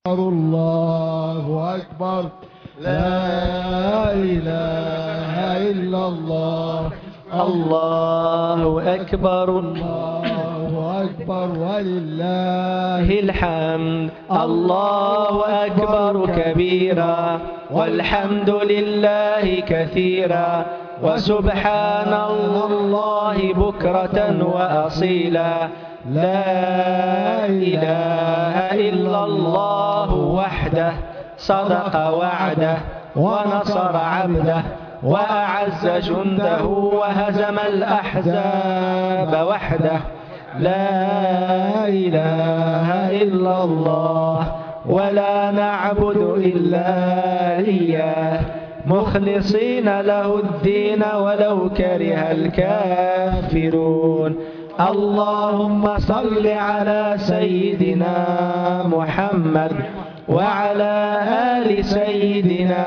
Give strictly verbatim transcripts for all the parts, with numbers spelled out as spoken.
الله أكبر لا إله إلا الله الله أكبر الله أكبر ولله الحمد الله أكبر كبيرا والحمد لله كثيرا وسبحان الله بكرة وأصيلا لا إله إلا الله وحده صدق وعده ونصر عبده وأعز جنده وهزم الأحزاب وحده لا إله إلا الله ولا نعبد إلا إياه مخلصين له الدين ولو كره الكافرون اللهم صل على سيدنا محمد وعلى آل سيدنا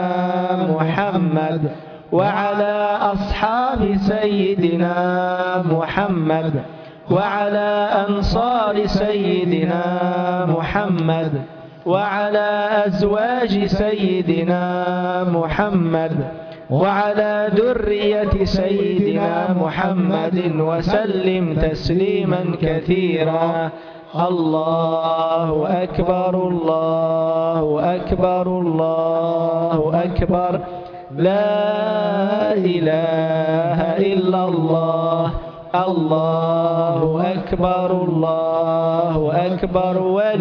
محمد وعلى أصحاب سيدنا محمد وعلى أنصار سيدنا محمد وعلى أزواج سيدنا محمد وعلى ذرية سيدنا محمد وسلم تسليما كثيرا الله أكبر الله أكبر الله أكبر لا إله إلا الله الله أكبر الله أكبر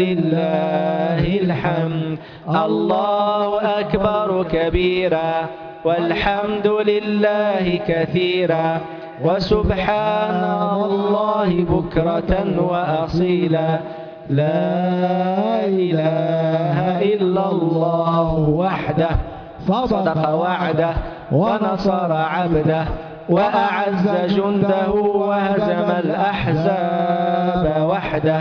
ولله الحمد الله أكبر كبيرا والحمد لله كثيرا وسبحان الله بكرة وأصيلا لا إله إلا الله وحده صدق وعده ونصر عبده وأعز جنده وهزم الأحزاب وحده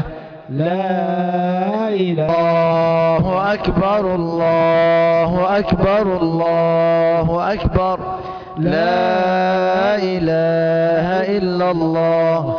لا إله الله أكبر الله أكبر الله أكبر لا إله إلا الله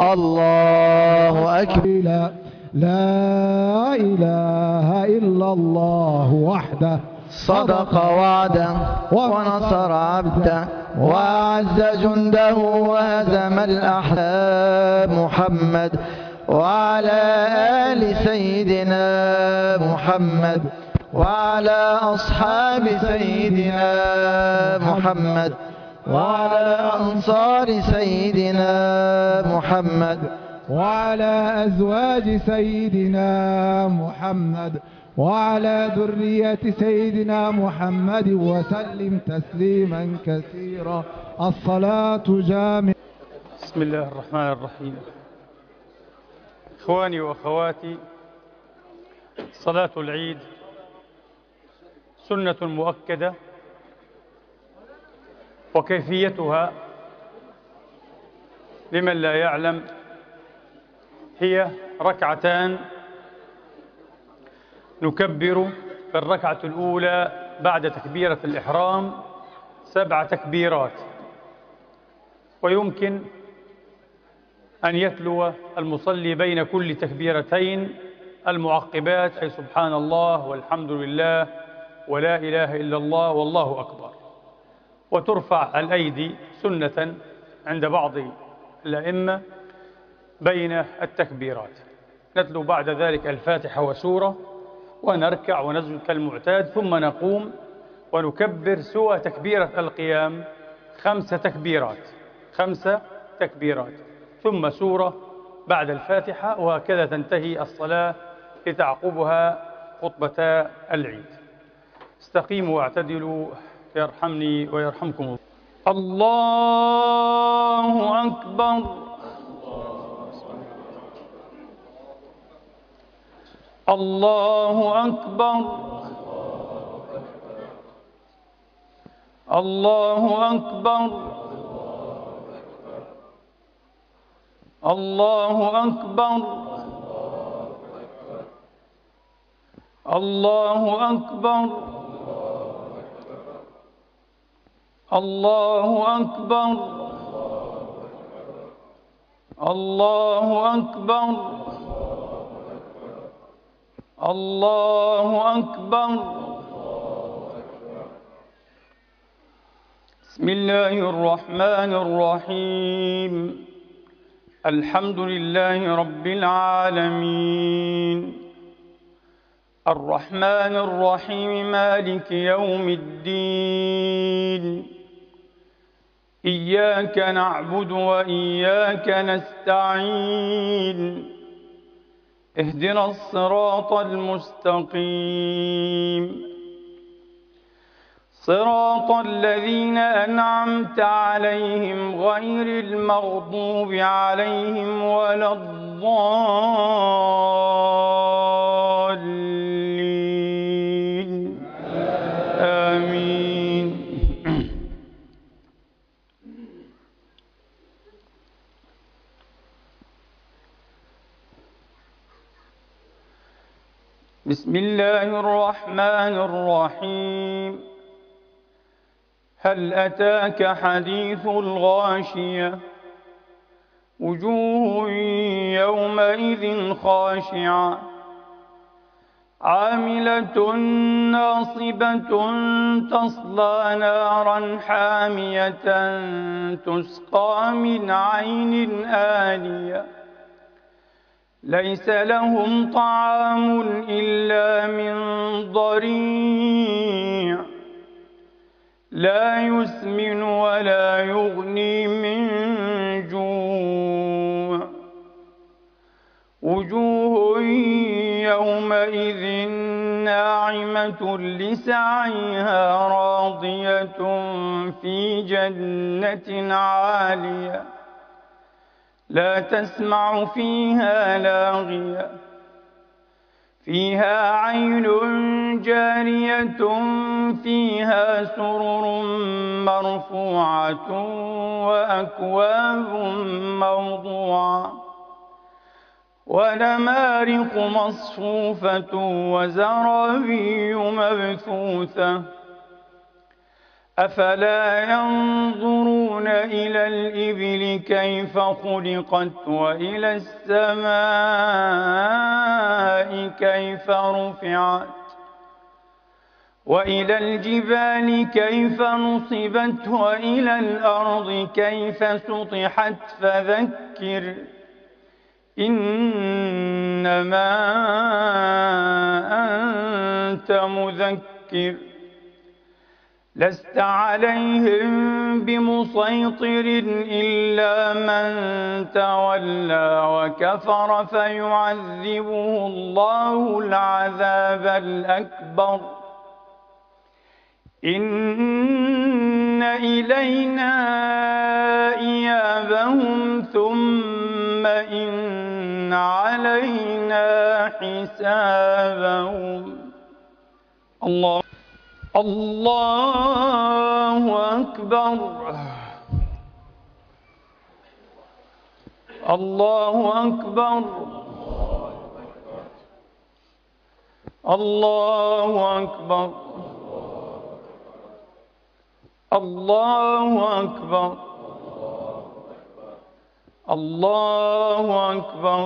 الله أكبر لا إله إلا الله وحده صدق وعده ونصر عبده وأعز جنده وهزم الأحزاب محمد وعلى آل سيدنا محمد وعلى أصحاب سيدنا محمد وعلى أنصار سيدنا محمد وعلى أزواج سيدنا محمد وعلى ذرية سيدنا محمد وسلم تسليما كثيرا الصلاة جامعة. بسم الله الرحمن الرحيم. إخواني وأخواتي، صلاة العيد سنة مؤكدة، وكيفيتها لمن لا يعلم هي ركعتان نكبر في الركعة الأولى بعد تكبيرة الإحرام سبع تكبيرات، ويمكن أن يتلو المصلي بين كل تكبيرتين المعقبات، أي سبحان الله والحمد لله ولا إله إلا الله والله أكبر. وترفع الأيدي سنة عند بعض الأئمة بين التكبيرات. نتلو بعد ذلك الفاتحة وسورة ونركع ونسجد كالمعتاد، ثم نقوم ونكبر سوى تكبيرة القيام خمس تكبيرات خمس تكبيرات ثم سورة بعد الفاتحة، وهكذا تنتهي الصلاة لتعقبها خطبة العيد. استقيموا واعتدلوا يرحمني ويرحمكم الله. الله أكبر. الله أكبر. الله أكبر. الله أكبر. الله أكبر. الله أكبر. الله أكبر. الله أكبر. بسم الله الرحمن الرحيم. الحمد لله رب العالمين الرحمن الرحيم مالك يوم الدين إياك نعبد وإياك نستعين اهدنا الصراط المستقيم صراط الذين أنعمت عليهم غير المغضوب عليهم ولا الضالين آمين. بسم الله الرحمن الرحيم. هل أتاك حديث الغاشية وجوه يومئذ خاشعة عاملة ناصبة تصلى نارا حامية تسقى من عين آنية ليس لهم طعام إلا من ضريع لا يسمن ولا يغني من جوع وجوه يومئذ ناعمة لسعيها راضية في جنة عالية لا تسمع فيها لاغية فيها عين جارية فيها سرر مرفوعة وأكواب موضوعة ونمارق مصفوفة وزرابي مبثوثة أفلا ينظرون إلى الإبل كيف خلقت وإلى السماء كيف رفعت وإلى الجبال كيف نصبت وإلى الأرض كيف سطحت فذكر إنما أنت مذكر لست عليهم بمسيطر إلا من تولى وكفر فيعذبه الله العذاب الأكبر إن إلينا إيابهم ثم إن علينا حسابهم. الله الله أكبر. الله أكبر. الله أكبر. الله أكبر. الله أكبر.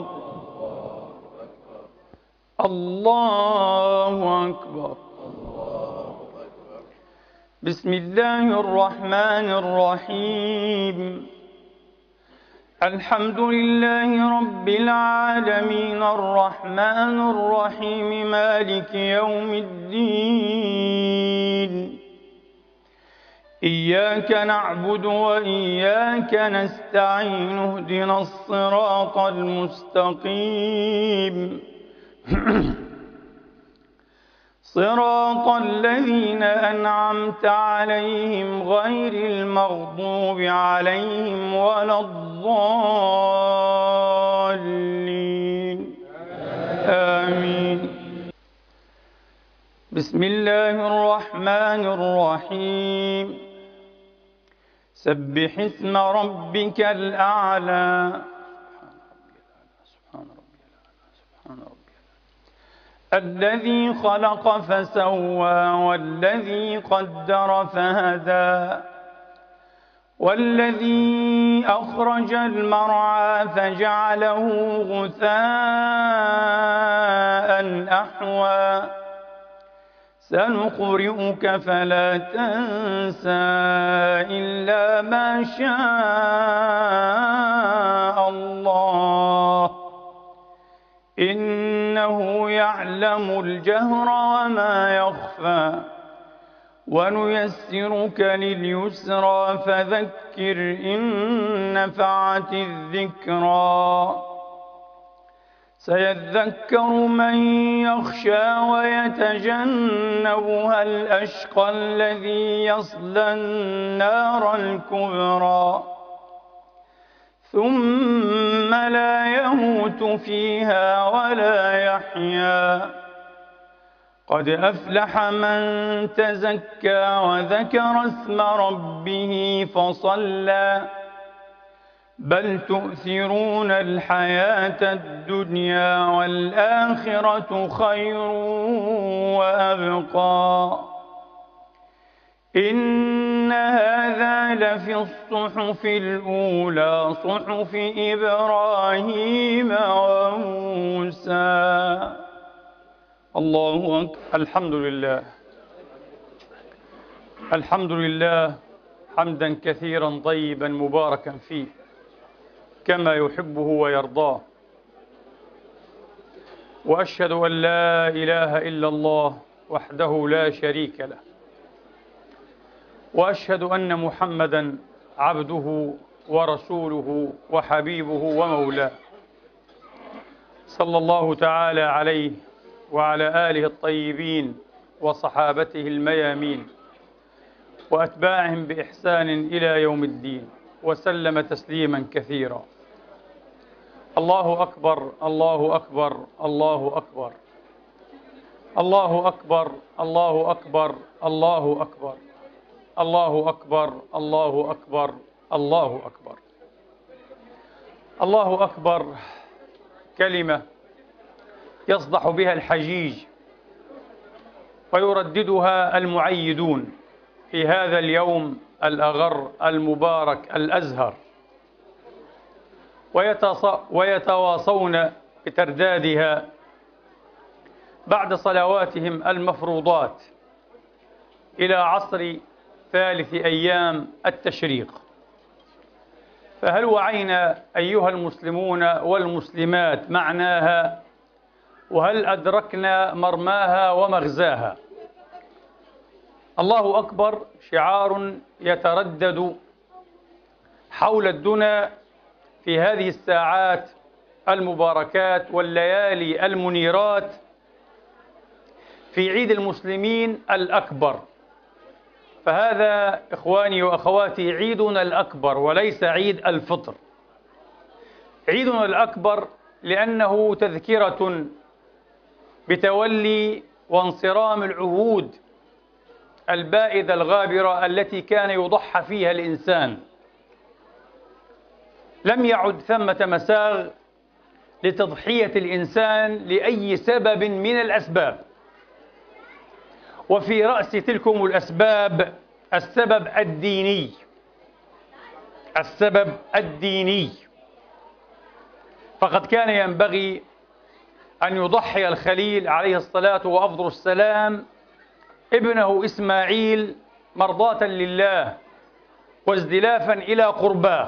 الله أكبر. بسم الله الرحمن الرحيم. الحمد لله رب العالمين الرحمن الرحيم مالك يوم الدين إياك نعبد وإياك نستعين اهدنا الصراط المستقيم صراط الذين أنعمت عليهم غير المغضوب عليهم ولا الضالين آمين. بسم الله الرحمن الرحيم. سبح اسم ربك الأعلى. سبحان ربي الأعلى. سبحان ربي الذي خلق فسوى والذي قدر فهدى والذي أخرج المرعى فجعله غثاء أحوى سنقرئك فلا تنسى إلا ما شاء الله إنه يعلم الجهر وما يخفى ونيسرك لليسرى فذكر إن نفعت الذكرى سيذكر من يخشى ويتجنبها الأشقى الذي يصلى النار الكبرى ثم لا يموت فيها ولا يحيا قد أفلح من تزكى وذكر اسم ربه فصلى بل تؤثرون الحياة الدنيا والآخرة خير وأبقى إن هذا لفي الصحف الأولى صحف إبراهيم وموسى. الله أكبر. الحمد لله الحمد لله حمدا كثيرا طيبا مباركا فيه كما يحبه ويرضاه، وأشهد أن لا إله إلا الله وحده لا شريك له، وأشهد أن محمدا عبده ورسوله وحبيبه ومولاه، صلى الله تعالى عليه وعلى آله الطيبين وصحابته الميامين وأتباعهم بإحسان إلى يوم الدين وسلم تسليما كثيرا. الله أكبر الله أكبر الله أكبر الله أكبر الله أكبر الله أكبر الله أكبر الله أكبر الله أكبر الله أكبر كلمة يصدح بها الحجيج ويرددها المعيدون في هذا اليوم الأغر المبارك الأزهر، ويتواصون بتردادها بعد صلواتهم المفروضات إلى عصر ثالث أيام التشريق. فهل وعينا أيها المسلمون والمسلمات معناها؟ وهل أدركنا مرماها ومغزاها؟ الله أكبر شعار يتردد حول الدنا في هذه الساعات المباركات والليالي المنيرات في عيد المسلمين الأكبر. فهذا إخواني وأخواتي عيدنا الأكبر وليس عيد الفطر. عيدنا الأكبر لأنه تذكرة بتولي وانصرام العهود البائدة الغابرة التي كان يضحى فيها الإنسان. لم يعد ثمة مساغ لتضحية الإنسان لأي سبب من الأسباب، وفي رأس تلكم الأسباب السبب الديني. السبب الديني فقد كان ينبغي أن يضحي الخليل عليه الصلاة وأفضل السلام ابنه إسماعيل مرضاة لله وازدلافا إلى قرباه.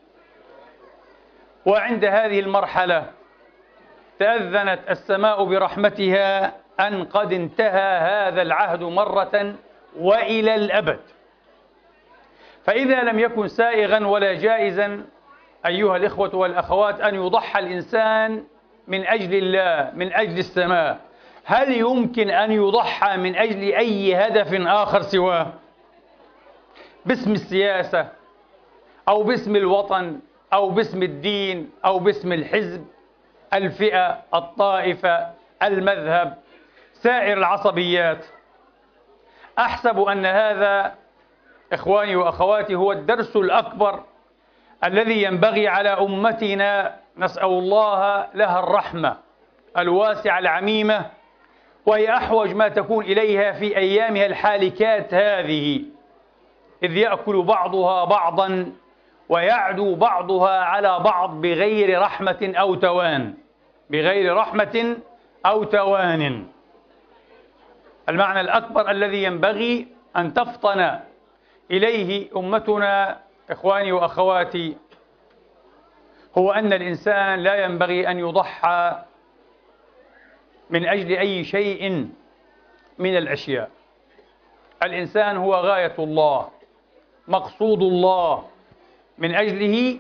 وعند هذه المرحلة تأذنت السماء برحمتها أن قد انتهى هذا العهد مرة وإلى الأبد. فإذا لم يكن سائغا ولا جائزا أيها الإخوة والأخوات أن يضحى الإنسان من أجل الله من أجل السماء، هل يمكن أن يضحى من أجل أي هدف آخر سواه؟ باسم السياسة أو باسم الوطن أو باسم الدين أو باسم الحزب، الفئة، الطائفة، المذهب، سائر العصبيات. أحسب أن هذا إخواني وأخواتي هو الدرس الأكبر الذي ينبغي على أمتنا، نسأل الله لها الرحمة الواسعة العميمة، وهي أحوج ما تكون إليها في أيامها الحالكات هذه. إذ يأكل بعضها بعضا ويعدو بعضها على بعض بغير رحمة أو توان، بغير رحمة أو توان. المعنى الأكبر الذي ينبغي أن تفطن إليه أمتنا إخواني وأخواتي هو أن الإنسان لا ينبغي أن يضحى من أجل أي شيء من الأشياء. الإنسان هو غاية الله، مقصود الله، من أجله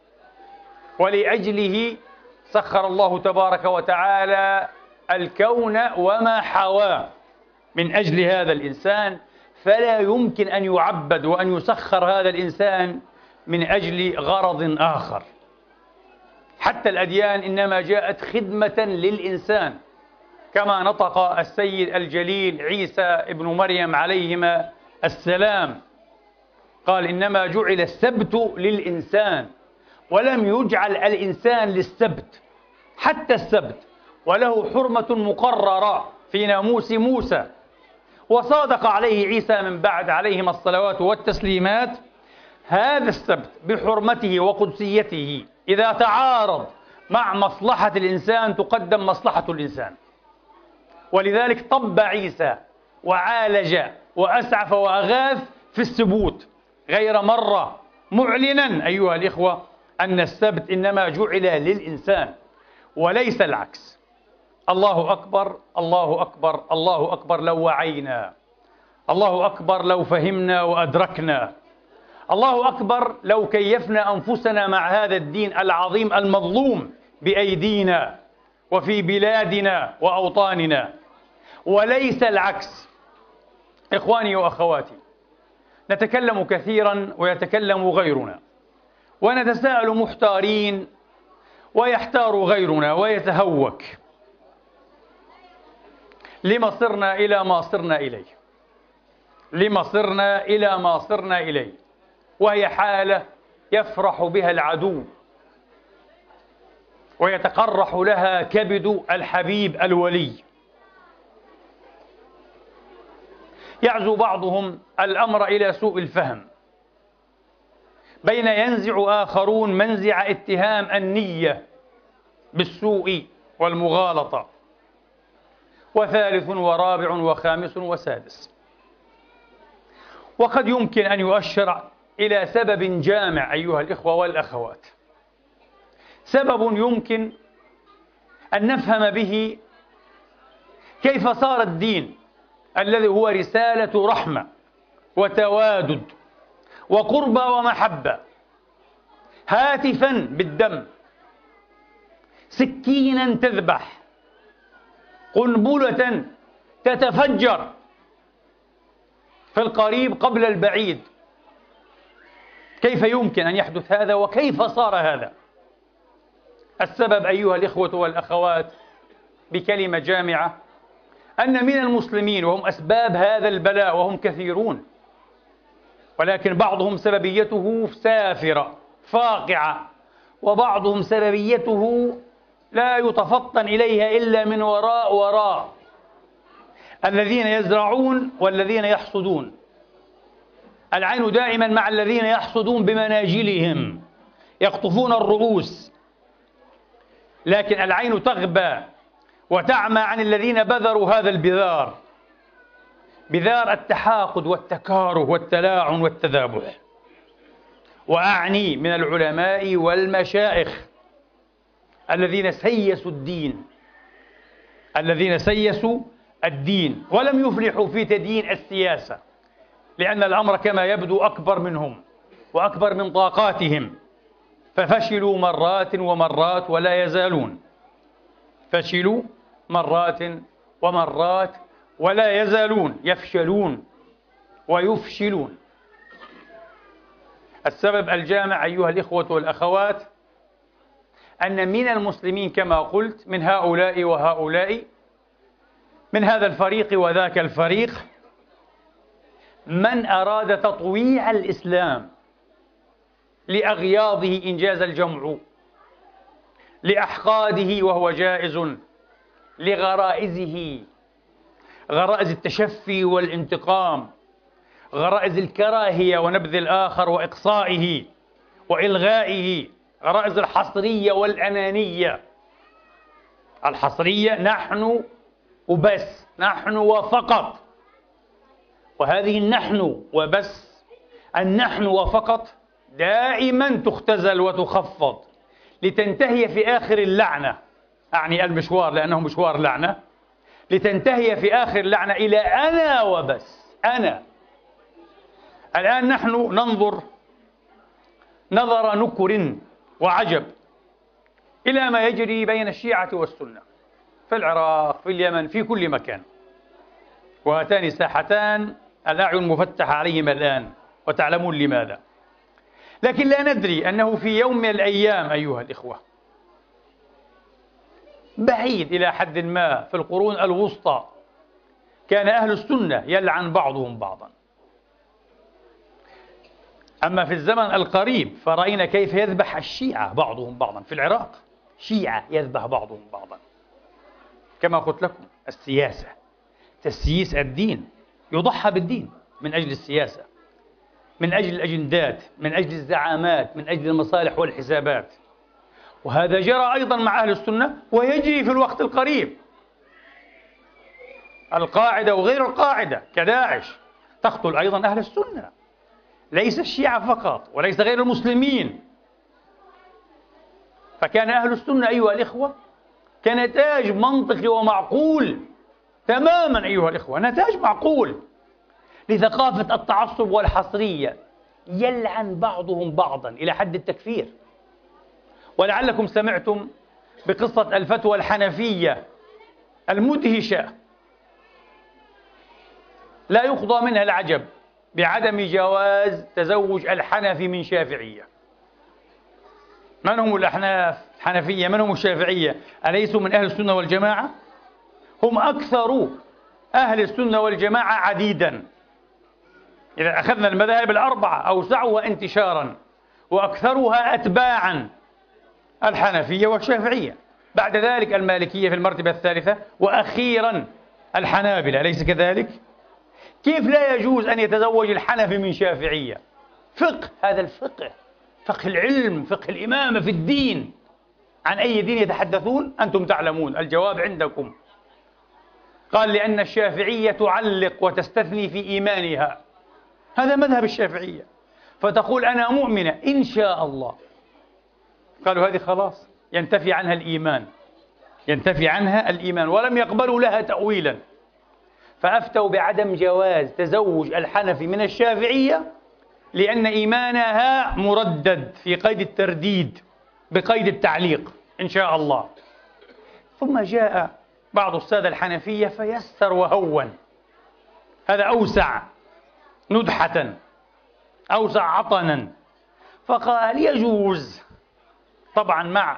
ولأجله سخر الله تبارك وتعالى الكون وما حواه من أجل هذا الإنسان، فلا يمكن أن يعبد وأن يسخر هذا الإنسان من أجل غرض آخر. حتى الأديان إنما جاءت خدمة للإنسان، كما نطق السيد الجليل عيسى ابن مريم عليهما السلام، قال إنما جعل السبت للإنسان ولم يجعل الإنسان للسبت. حتى السبت وله حرمة مقررة في ناموس موسى، وصادق عليه عيسى من بعد عليهما الصلوات والتسليمات هذا السبت بحرمته وقدسيته إذا تعارض مع مصلحة الإنسان تقدم مصلحة الإنسان. ولذلك طب عيسى وعالج وأسعف وأغاث في السبوت غير مرة، معلنا أيها الإخوة أن السبت إنما جعل للإنسان وليس العكس. الله أكبر، الله أكبر، الله أكبر لو وعينا، الله أكبر لو فهمنا وأدركنا، الله أكبر لو كيفنا أنفسنا مع هذا الدين العظيم المظلوم بأيدينا وفي بلادنا وأوطاننا، وليس العكس. إخواني وأخواتي، نتكلم كثيرا ويتكلم غيرنا، ونتساءل محتارين ويحتار غيرنا ويتهوك، لما صرنا إلى ما صرنا إليه؟ لما صرنا إلى ما صرنا إليه؟ وهي حالة يفرح بها العدو ويتقرح لها كبد الحبيب الولي. يعزو بعضهم الأمر إلى سوء الفهم، بين ينزع آخرون منزع اتهام النية بالسوء والمغالطة، وثالث ورابع وخامس وسادس. وقد يمكن أن يؤشر إلى سبب جامع أيها الإخوة والأخوات، سبب يمكن أن نفهم به كيف صار الدين الذي هو رسالة رحمة وتوادد وقربى ومحبة هاتفا بالدم، سكينا تذبح، قنبلة تتفجر في القريب قبل البعيد. كيف يمكن أن يحدث هذا وكيف صار هذا؟ السبب أيها الإخوة والأخوات بكلمة جامعة أن من المسلمين وهم أسباب هذا البلاء وهم كثيرون، ولكن بعضهم سببيته سافرة فاقعة، وبعضهم سببيته لا يتفطن إليها إلا من وراء وراء، الذين يزرعون والذين يحصدون. العين دائما مع الذين يحصدون بمناجلهم، يقطفون الرؤوس، لكن العين تغبى وتعمى عن الذين بذروا هذا البذار، بذار التحاقد والتكاره والتلاعن والتذابح. وأعني من العلماء والمشايخ الذين سيسوا الدين، الذين سيسوا الدين ولم يفلحوا في تدين السياسة، لأن الأمر كما يبدو أكبر منهم وأكبر من طاقاتهم، ففشلوا مرات ومرات ولا يزالون، فشلوا مرات ومرات ولا يزالون يفشلون ويفشلون. السبب الجامع أيها الإخوة والأخوات أن من المسلمين كما قلت من هؤلاء وهؤلاء، من هذا الفريق وذاك الفريق، من أراد تطويع الإسلام لأغياضه إنجاز الجمع، لأحقاده وهو جائز، لغرائزه غرائز التشفي والانتقام، غرائز الكراهية ونبذ الآخر وإقصائه وإلغائه، غرائز الحصرية والأنانية. الحصرية نحن وبس، نحن وفقط، وهذه النحن وبس، النحن وفقط دائما تختزل وتخفض لتنتهي في آخر اللعنة، أعني المشوار لأنه مشوار لعنة، لتنتهي في آخر اللعنة إلى أنا وبس. أنا الآن نحن ننظر نظر نكر وعجب إلى ما يجري بين الشيعة والسنة في العراق، في اليمن، في كل مكان، وهاتان ساحتان الأعين مفتحة عليهما الآن، وتعلمون لماذا. لكن لا ندري أنه في يوم من الأيام أيها الإخوة، بعيد إلى حد ما في القرون الوسطى، كان أهل السنة يلعن بعضهم بعضا. أما في الزمن القريب فرأينا كيف يذبح الشيعة بعضهم بعضا في العراق، شيعة يذبح بعضهم بعضا. كما قلت لكم، السياسة، تسييس الدين، يضحى بالدين من أجل السياسة، من أجل الأجندات، من أجل الزعامات، من أجل المصالح والحسابات. وهذا جرى أيضا مع أهل السنة ويجري في الوقت القريب. القاعدة وغير القاعدة كداعش تقتل أيضا أهل السنة، ليس الشيعة فقط وليس غير المسلمين. فكان أهل السنة أيها الإخوة كنتاج منطقي ومعقول تماما أيها الإخوة، نتاج معقول لثقافة التعصب والحصرية، يلعن بعضهم بعضا إلى حد التكفير. ولعلكم سمعتم بقصة الفتوى الحنفية المدهشة، لا يقضى منها العجب، بعدم جواز تزوج الحنفي من شافعية. من هم الأحناف؟ حنفية. من هم الشافعية؟ أليسوا من أهل السنة والجماعة؟ هم أكثر أهل السنة والجماعة عديدا. إذا أخذنا المذاهب الأربعة أوسعها انتشارا وأكثرها أتباعا الحنفية والشافعية، بعد ذلك المالكية في المرتبة الثالثة، وأخيرا الحنابلة، أليس كذلك؟ كيف لا يجوز أن يتزوج الحنفي من شافعية؟ فقه، هذا الفقه، فقه العلم، فقه الإمامة في الدين. عن أي دين يتحدثون؟ أنتم تعلمون، الجواب عندكم. قال لأن الشافعية تعلق وتستثني في إيمانها، هذا مذهب الشافعية، فتقول أنا مؤمنة إن شاء الله. قالوا هذه خلاص ينتفي عنها الإيمان، ينتفي عنها الإيمان، ولم يقبلوا لها تأويلا، فأفتوا بعدم جواز تزوج الحنفي من الشافعية لأن إيمانها مردد في قيد الترديد بقيد التعليق إن شاء الله. ثم جاء بعض السادة الحنفية فيسر وهون، هذا أوسع ندحة، أوسع عطنا، فقال يجوز، طبعا مع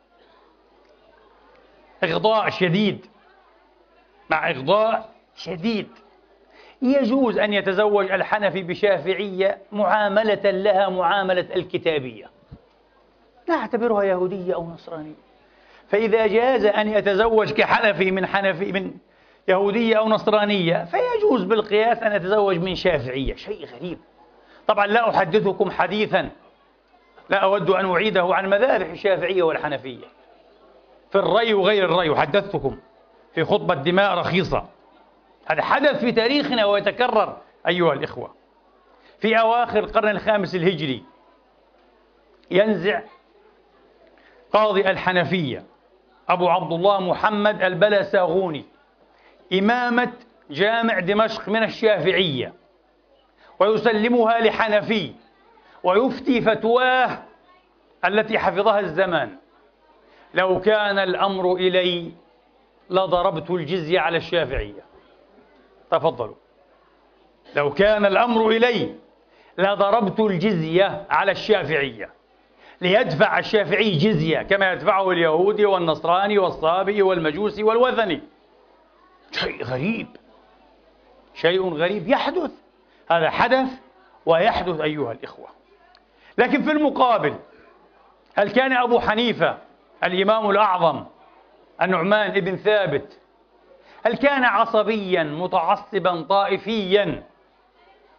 إغضاء شديد، مع إغضاء شديد، يجوز أن يتزوج الحنفي بشافعية معاملة لها معاملة الكتابية، نعتبرها يهودية أو نصرانية. فإذا جاز أن يتزوج كحنفي من حنفي من يهودية أو نصرانية، فيجوز بالقياس أن يتزوج من شافعية. شيء غريب. طبعا لا أحدثكم حديثا لا أود أن أعيده عن مذابح الشافعية والحنفية في الري وغير الري، وحدثتكم في خطبة دماء رخيصة. هذا حدث في تاريخنا ويتكرر أيها الإخوة. في أواخر القرن الخامس الهجري ينزع قاضي الحنفية أبو عبد الله محمد البلساغوني إمامة جامع دمشق من الشافعية، ويسلمها لحنفي، ويفتي فتواه التي حفظها الزمان: لو كان الأمر إلي لضربت الجزية على الشافعية. تفضلوا. لو كان الأمر إلي لضربت الجزية على الشافعية، ليدفع الشافعي جزية كما يدفعه اليهودي والنصراني والصابئي والمجوسي والوثني. شيء غريب، شيء غريب يحدث. هذا حدث ويحدث أيها الإخوة. لكن في المقابل، هل كان أبو حنيفة الإمام الأعظم النعمان بن ثابت هل كان عصبيا متعصبا طائفيا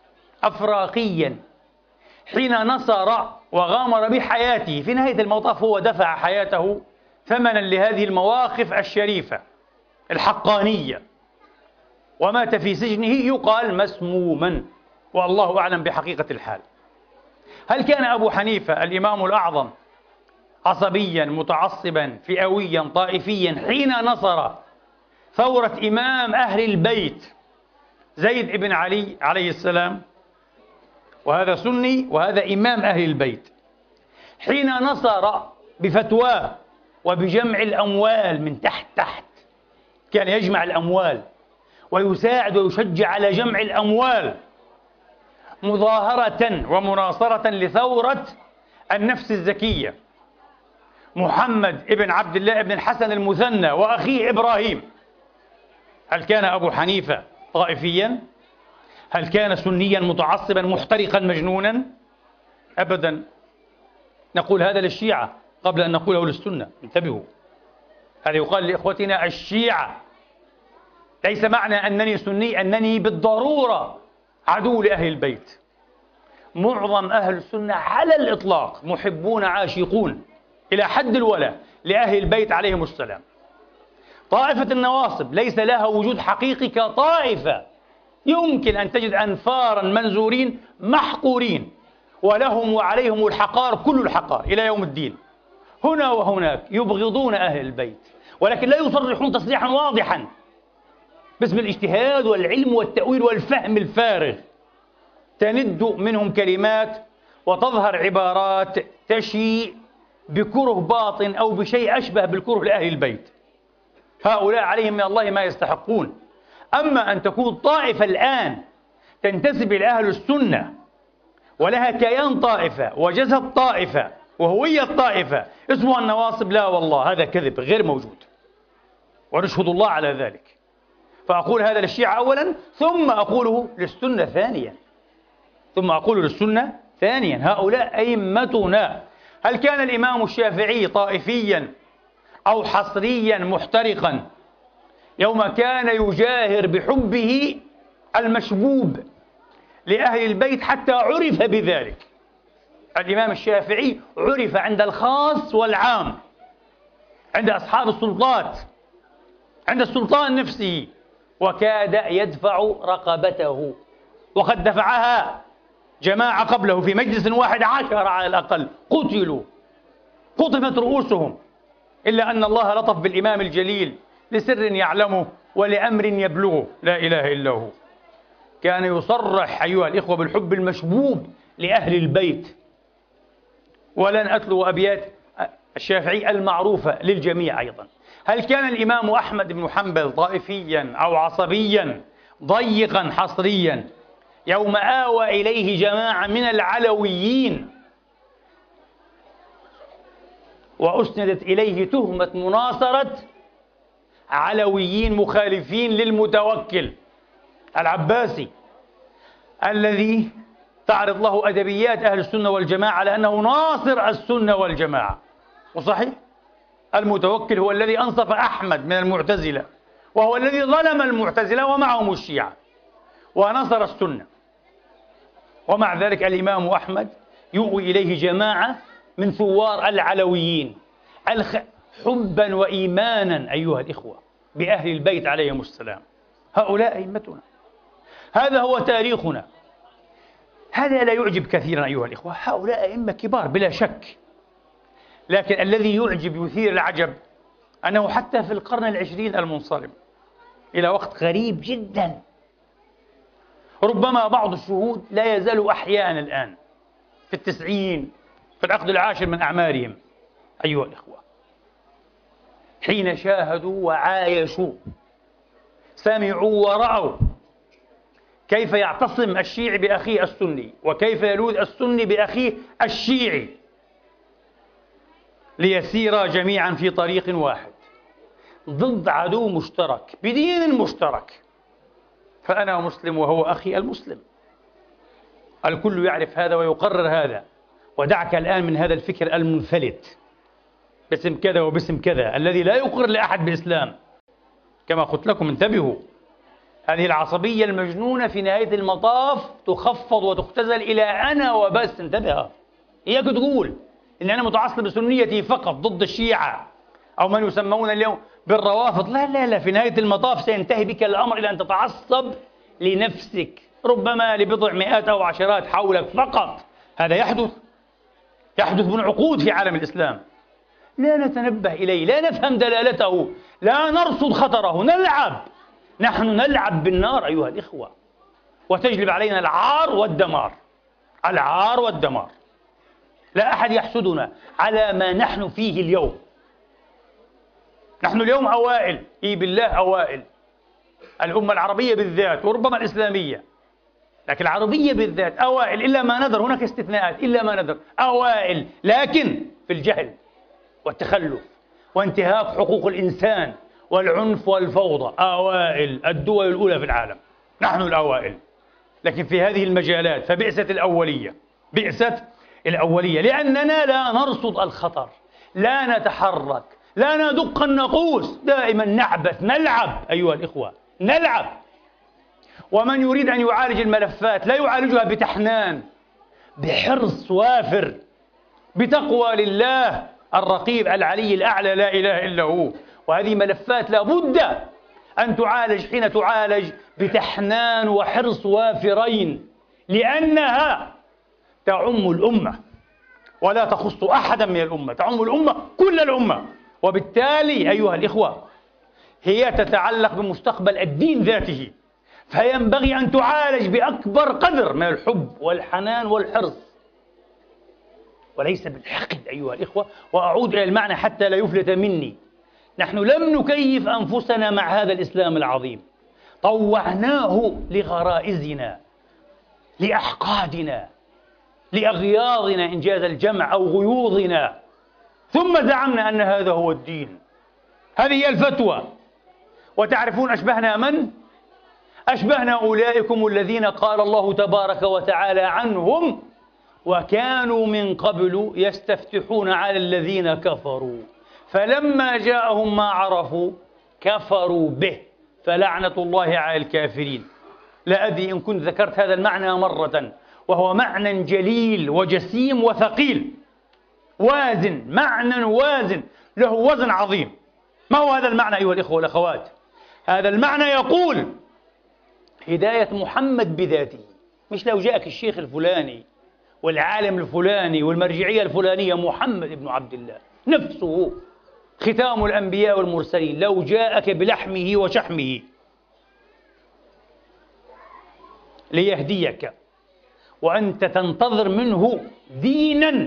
أفراقيا حين نصر وغامر بحياته. في نهاية المطاف هو دفع حياته ثمنا لهذه المواقف الشريفة الحقانية، ومات في سجنه يقال مسموما، والله أعلم بحقيقة الحال. هل كان أبو حنيفة الإمام الأعظم عصبيا متعصبا فئويا طائفيا حين نصر ثورة إمام أهل البيت زيد بن علي عليه السلام، وهذا سني وهذا إمام أهل البيت، حين نصر بفتواه وبجمع الأموال من تحت تحت، كان يجمع الأموال ويساعد ويشجع على جمع الأموال مظاهرة ومناصرة لثورة النفس الزكية محمد ابن عبد الله ابن الحسن المثنى وأخيه إبراهيم؟ هل كان أبو حنيفة طائفيا؟ هل كان سنيا متعصبا محترقا مجنونا؟ أبدا. نقول هذا للشيعة قبل أن نقوله للسنة، انتبهوا، هذا يقال لإخوتنا الشيعة. ليس معنى أنني سني أنني بالضرورة عدو لأهل البيت. معظم أهل السنة على الإطلاق محبون عاشقون إلى حد الولاء لأهل البيت عليهم السلام. طائفة النواصب ليس لها وجود حقيقي كطائفة، يمكن أن تجد أنفارا منزورين محقورين ولهم وعليهم الحقار كل الحقار إلى يوم الدين، هنا وهناك يبغضون أهل البيت، ولكن لا يصرحون تصريحا واضحا باسم الاجتهاد والعلم والتأويل والفهم الفارغ. تند منهم كلمات وتظهر عبارات تشيء بكره باطن أو بشيء أشبه بالكره لأهل البيت. هؤلاء عليهم من الله ما يستحقون. أما أن تكون طائفة الآن تنتسب إلى أهل السنة ولها كيان طائفة وجسد طائفة وهوية طائفة اسمها النواصب، لا والله، هذا كذب غير موجود، ونشهد الله على ذلك. فأقول هذا للشيعة أولا، ثم أقوله للسنة ثانيا ثم أقول للسنة ثانيا هؤلاء أئمتنا. هل كان الإمام الشافعي طائفيا أو حصريا محترقا يوم كان يجاهر بحبه المشبوب لأهل البيت حتى عرف بذلك؟ الإمام الشافعي عرف عند الخاص والعام، عند أصحاب السلطات، عند السلطان نفسه، وكاد يدفع رقبته، وقد دفعها جماعة قبله في مجلس واحد عشر على الأقل قتلوا، قطفت رؤوسهم، إلا أن الله لطف بالإمام الجليل لسر يعلمه ولأمر يبلغه، لا إله إلا هو. كان يصرح أيها الإخوة بالحب المشبوب لأهل البيت. ولن أتلو أبيات الشافعي المعروفة للجميع أيضا. هل كان الإمام أحمد بن حنبل طائفيا أو عصبيا ضيقا حصريا يوم آوى إليه جماعة من العلويين وأسندت إليه تهمة مناصرة علويين مخالفين للمتوكل العباسي الذي تعرض له أدبيات أهل السنة والجماعة على أنه ناصر السنة والجماعة؟ وصحيح المتوكل هو الذي أنصف أحمد من المعتزلة، وهو الذي ظلم المعتزلة ومعهم الشيعة ونصر السنة. ومع ذلك الإمام أحمد يؤوي إليه جماعة من ثوار العلويين حبا وإيمانا أيها الإخوة بأهل البيت عليهم السلام. هؤلاء أئمتنا، هذا هو تاريخنا. هذا لا يعجب كثيرا أيها الإخوة، هؤلاء أئمة كبار بلا شك، لكن الذي يعجب يثير العجب أنه حتى في القرن العشرين المنصرم إلى وقت غريب جدا، ربما بعض الشهود لا يزالوا أحياء الآن في التسعين في العقد العاشر من أعمارهم أيها الإخوة، حين شاهدوا وعايشوا، سمعوا ورأوا كيف يعتصم الشيعي بأخيه السني وكيف يلوذ السني بأخيه الشيعي ليسيرا جميعا في طريق واحد ضد عدو مشترك بدين مشترك. فأنا مسلم وهو أخي المسلم، الكل يعرف هذا ويقرر هذا. ودعك الآن من هذا الفكر المنفلت باسم كذا وباسم كذا الذي لا يقر لأحد بإسلام. كما قلت لكم انتبهوا، هذه العصبية المجنونة في نهاية المطاف تخفض وتختزل إلى أنا وبس. انتبه، إياك تقول إن أنا متعصب بسنيتي فقط ضد الشيعة أو من يسمون اليوم بالروافض. لا لا لا، في نهاية المطاف سينتهي بك الأمر إلى أن تتعصب لنفسك، ربما لبضع مئات أو عشرات حولك فقط. هذا يحدث يحدث من عقود في عالم الإسلام، لا نتنبه إليه، لا نفهم دلالته، لا نرصد خطره، نلعب. نحن نلعب بالنار أيها الإخوة، وتجلب علينا العار والدمار، العار والدمار. لا أحد يحسدنا على ما نحن فيه اليوم. نحن اليوم أوائل، إي بالله أوائل، الأمة العربية بالذات وربما الإسلامية، لكن العربية بالذات أوائل إلا ما ندر. هناك استثناءات إلا ما ندر، أوائل، لكن في الجهل والتخلف وانتهاك حقوق الإنسان والعنف والفوضى. أوائل الدول الأولى في العالم، نحن الأوائل. لكن في هذه المجالات فبئست الأولية، بئست الأولية، لأننا لا نرصد الخطر، لا نتحرك، لا ندق الناقوس، دائما نعبث، نلعب أيها الإخوة، نلعب. ومن يريد أن يعالج الملفات لا يعالجها بتحنان، بحرص وافر، بتقوى لله الرقيب العلي الأعلى لا إله إلا هو. وهذه ملفات لابد أن تعالج حين تعالج بتحنان وحرص وافرين، لأنها تعم الأمة ولا تخص أحدا من الأمة، تعم الأمة كل الأمة. وبالتالي أيها الإخوة هي تتعلق بمستقبل الدين ذاته، فينبغي أن تعالج بأكبر قدر من الحب والحنان والحرص، وليس بالحقد أيها الإخوة. وأعود إلى المعنى حتى لا يفلت مني، نحن لم نكيف أنفسنا مع هذا الإسلام العظيم، طوعناه لغرائزنا، لأحقادنا، لأغياضنا إن جاز الجمع أو غيوضنا، ثم زعمنا أن هذا هو الدين. هذه هي الفتوى. وتعرفون أشبهنا من؟ أشبهنا أولئكم الذين قال الله تبارك وتعالى عنهم: وكانوا من قبل يستفتحون على الذين كفروا فلما جاءهم ما عرفوا كفروا به فلعنة الله على الكافرين. لا أدري إن كنت ذكرت هذا المعنى مرة، وهو معنى جليل وجسيم وثقيل، وازن، معنى وازن له وزن عظيم. ما هو هذا المعنى أيها الإخوة والأخوات؟ هذا المعنى يقول هداية محمد بذاته، مش لو جاءك الشيخ الفلاني والعالم الفلاني والمرجعية الفلانية، محمد بن عبد الله نفسه ختام الأنبياء والمرسلين، لو جاءك بلحمه وشحمه ليهديك، وأنت تنتظر منه دينا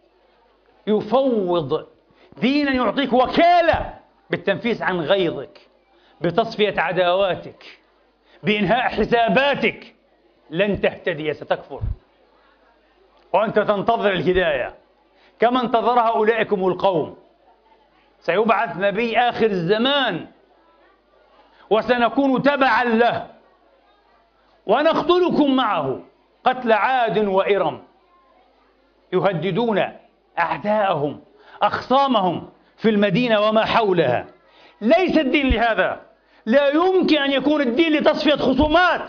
يفوض، دينا يعطيك وكالة بالتنفيس عن غيظك، بتصفية عداواتك، بإنهاء حساباتك، لن تهتدي، ستكفر. وأنت تنتظر الهداية كما انتظرها أولئكم القوم. سيبعث نبي آخر الزمان وسنكون تبعا له ونقتلكم معه قتل عاد وإرم، يهددون أعداءهم أخصامهم في المدينة وما حولها. ليس الدين لهذا، لا يمكن أن يكون الدين لتصفية خصومات.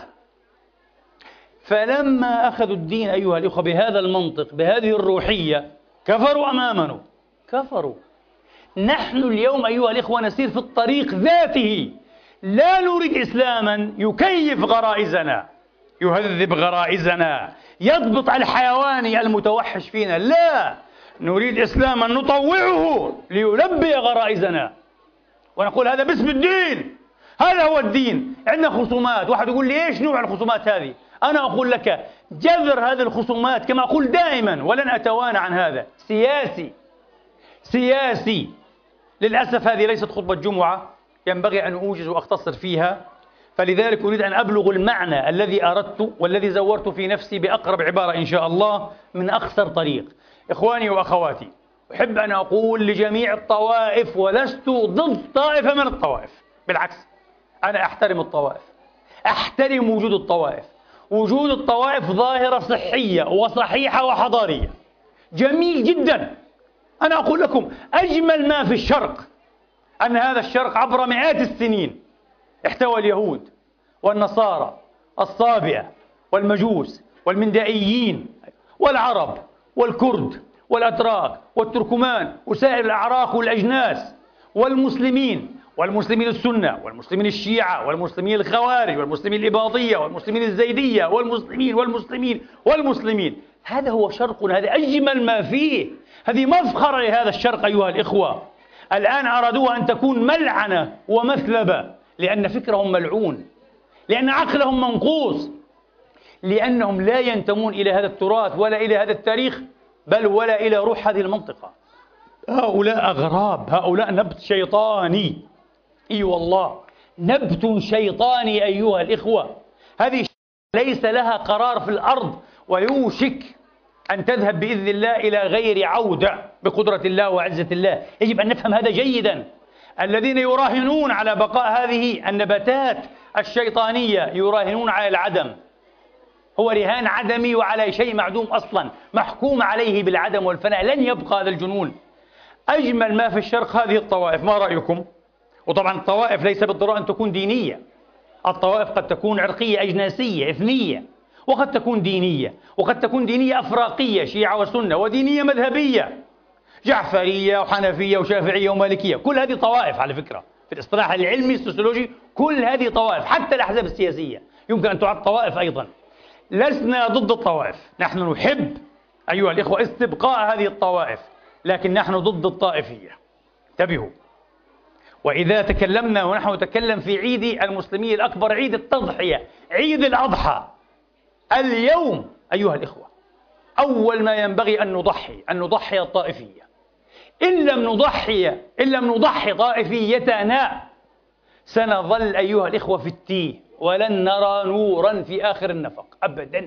فلما أخذوا الدين أيها الأخوة بهذا المنطق، بهذه الروحية، كفروا أم آمنوا؟ كفروا. نحن اليوم أيها الأخوة نسير في الطريق ذاته، لا نريد إسلاما يكيف غرائزنا، يهذب غرائزنا، يضبط الحيواني المتوحش فينا، لا، نريد إسلاما نطوعه ليلبي غرائزنا، ونقول هذا باسم الدين، هذا هو الدين. عندنا خصومات، واحد يقول لي إيش نوع الخصومات هذه؟ أنا أقول لك جذر هذه الخصومات كما أقول دائما ولن أتوانى عن هذا، سياسي سياسي. للأسف هذه ليست خطبة جمعة ينبغي أن أوجز وأختصر فيها، فلذلك أريد أن أبلغ المعنى الذي أردت والذي زورت في نفسي بأقرب عبارة إن شاء الله من أقصر طريق. إخواني وأخواتي، أحب أن أقول لجميع الطوائف، ولست ضد طائفة من الطوائف، بالعكس أنا أحترم الطوائف، أحترم وجود الطوائف. وجود الطوائف ظاهرة صحية وصحيحة وحضارية، جميل جدا. أنا أقول لكم أجمل ما في الشرق أن هذا الشرق عبر مئات السنين احتوى اليهود والنصارى الصابئة والمجوس والمندائيين والعرب والكرد والأتراك والتركمان وسائر الأعراق والأجناس والمسلمين والمسلمين السنة والمسلمين الشيعة والمسلمين الخوارج والمسلمين الإباضية والمسلمين الزيدية والمسلمين والمسلمين والمسلمين. هذا هو شرقنا، هذا أجمل ما فيه، هذه مفخرة لهذا الشرق أيها الإخوة. الآن أرادوها أن تكون ملعنة ومثلبة، لأن فكرهم ملعون، لأن عقلهم منقوص، لأنهم لا ينتمون إلى هذا التراث ولا إلى هذا التاريخ، بل ولا إلى روح هذه المنطقة. هؤلاء أغراب، هؤلاء نبت شيطاني، إي والله نبت شيطاني أيها الإخوة. هذه ليس لها قرار في الأرض، ويوشك أن تذهب بإذن الله إلى غير عودة بقدرة الله وعزة الله. يجب أن نفهم هذا جيدا. الذين يراهنون على بقاء هذه النباتات الشيطانية يراهنون على العدم، هو رهان عدمي وعلى شيء معدوم أصلا، محكوم عليه بالعدم والفناء، لن يبقى هذا الجنون. أجمل ما في الشرق هذه الطوائف، ما رأيكم؟ وطبعا الطوائف ليس بالضرورة أن تكون دينية، الطوائف قد تكون عرقية أجناسية إثنية، وقد تكون دينية، وقد تكون دينية أفراقية شيعة وسنة، ودينية مذهبية جعفرية وحنفية وشافعية ومالكية. كل هذه طوائف على فكرة في الاصطلاح العلمي السوسيولوجي، كل هذه طوائف، حتى الأحزاب السياسية يمكن أن تعد طوائف أيضا. لسنا ضد الطوائف، نحن نحب أيها الإخوة استبقاء هذه الطوائف، لكن نحن ضد الطائفية. انتبهوا. وإذا تكلمنا ونحن نتكلم في عيد المسلمين الأكبر، عيد التضحية، عيد الأضحى، اليوم أيها الإخوة أول ما ينبغي أن نضحي أن نضحي الطائفية. إن لم نضحي إن لم نضحي طائفيتنا سنظل أيها الإخوة في التيه، ولن نرى نورا في آخر النفق أبدا.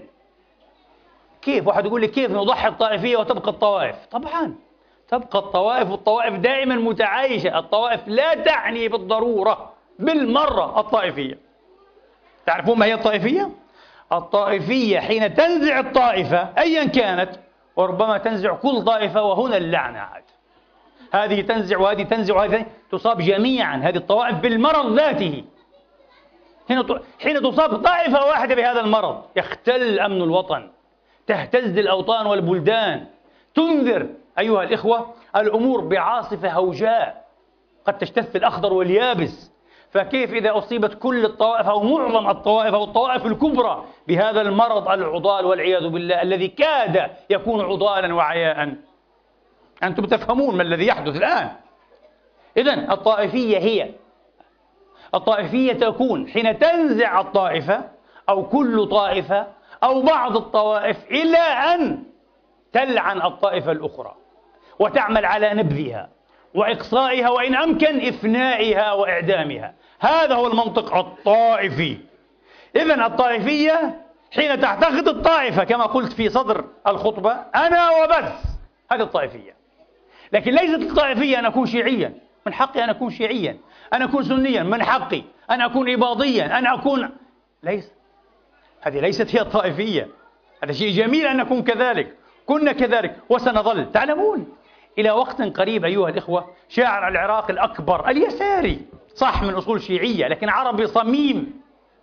كيف؟ واحد يقول لي كيف نضحي الطائفية وتبقى الطوائف؟ طبعا تبقى الطوائف، والطوائف دائما متعايشة. الطوائف لا تعني بالضرورة بالمرة الطائفية. تعرفون ما هي الطائفية؟ الطائفية حين تنزع الطائفة أيا كانت، وربما تنزع كل طائفة، وهنا اللعنة عاد. هذه تنزع وهذه تنزع وهذه تصاب جميعا، هذه الطوائف بالمرض ذاته. هنا حين تصاب طائفة واحدة بهذا المرض يختل أمن الوطن، تهتز الأوطان والبلدان، تنذر أيها الإخوة الأمور بعاصفة هوجاء قد تجتث الأخضر واليابس. فكيف إذا أصيبت كل الطوائف أو معظم الطوائف أو الطوائف الكبرى بهذا المرض العضال والعياذ بالله الذي كاد يكون عضالا وعياء؟ أنتم تفهمون ما الذي يحدث الآن. إذن الطائفية هي الطائفية تكون حين تنزع الطائفة أو كل طائفة أو بعض الطوائف إلى أن تلعن الطائفة الأخرى وتعمل على نبذها وإقصائها، وإن أمكن إفنائها وإعدامها. هذا هو المنطق الطائفي. إذن الطائفية حين تعتقد الطائفة كما قلت في صدر الخطبة أنا وبس، هذه الطائفية. لكن ليست الطائفية أن أكون شيعيا، من حقي أن أكون شيعيا، أن أكون سنيا، من حقي أن أكون إباضيا، أن أكون ليس هذه ليست هي الطائفية. هذا شيء جميل أن نكون كذلك، كنا كذلك وسنظل. تعلمون إلى وقت قريب أيها الإخوة شاعر العراق الأكبر اليساري، صح من أصول شيعية لكن عربي صميم،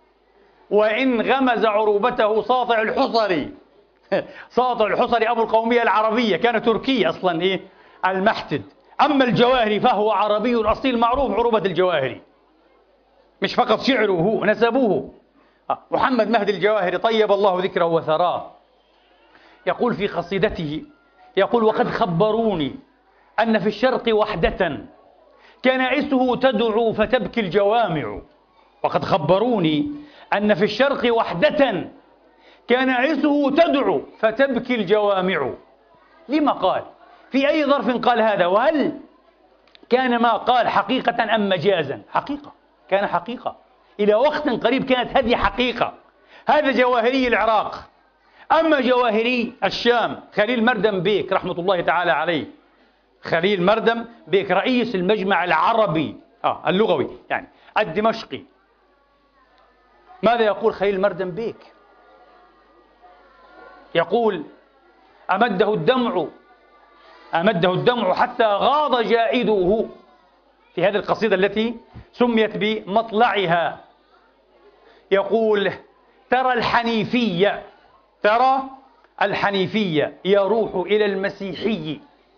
وإن غمز عروبته ساطع الحصري ساطع الحصري أبو القومية العربية، كان تركي أصلا إيه المحتد. أما الجواهري فهو عربي أصيل، معروف عروبة الجواهري، مش فقط شعره هو نسبوه. محمد مهدي الجواهري طيب الله ذكره وثراه يقول في قصيدته، يقول وقد خبروني أن في الشرق وحدة كنائسه تدعو فتبكي الجوامع. وقد خبروني أن في الشرق وحدة كنائسه تدعو فتبكي الجوامع. لما قال؟ في أي ظرف قال هذا؟ وهل كان ما قال حقيقة أم مجازا؟ حقيقة، كان حقيقة. إلى وقت قريب كانت هذه حقيقة. هذا جواهري العراق. أما جواهري الشام خليل مردم بيك رحمة الله تعالى عليه، خليل مردم بيك رئيس المجمع العربي آه اللغوي يعني الدمشقي، ماذا يقول خليل مردم بيك؟ يقول أمده الدمع أمده الدمع حتى غاض جائده، في هذه القصيدة التي سميت بمطلعها. يقول: ترى الحنيفية ترى الحنيفية يروح إلى المسيحي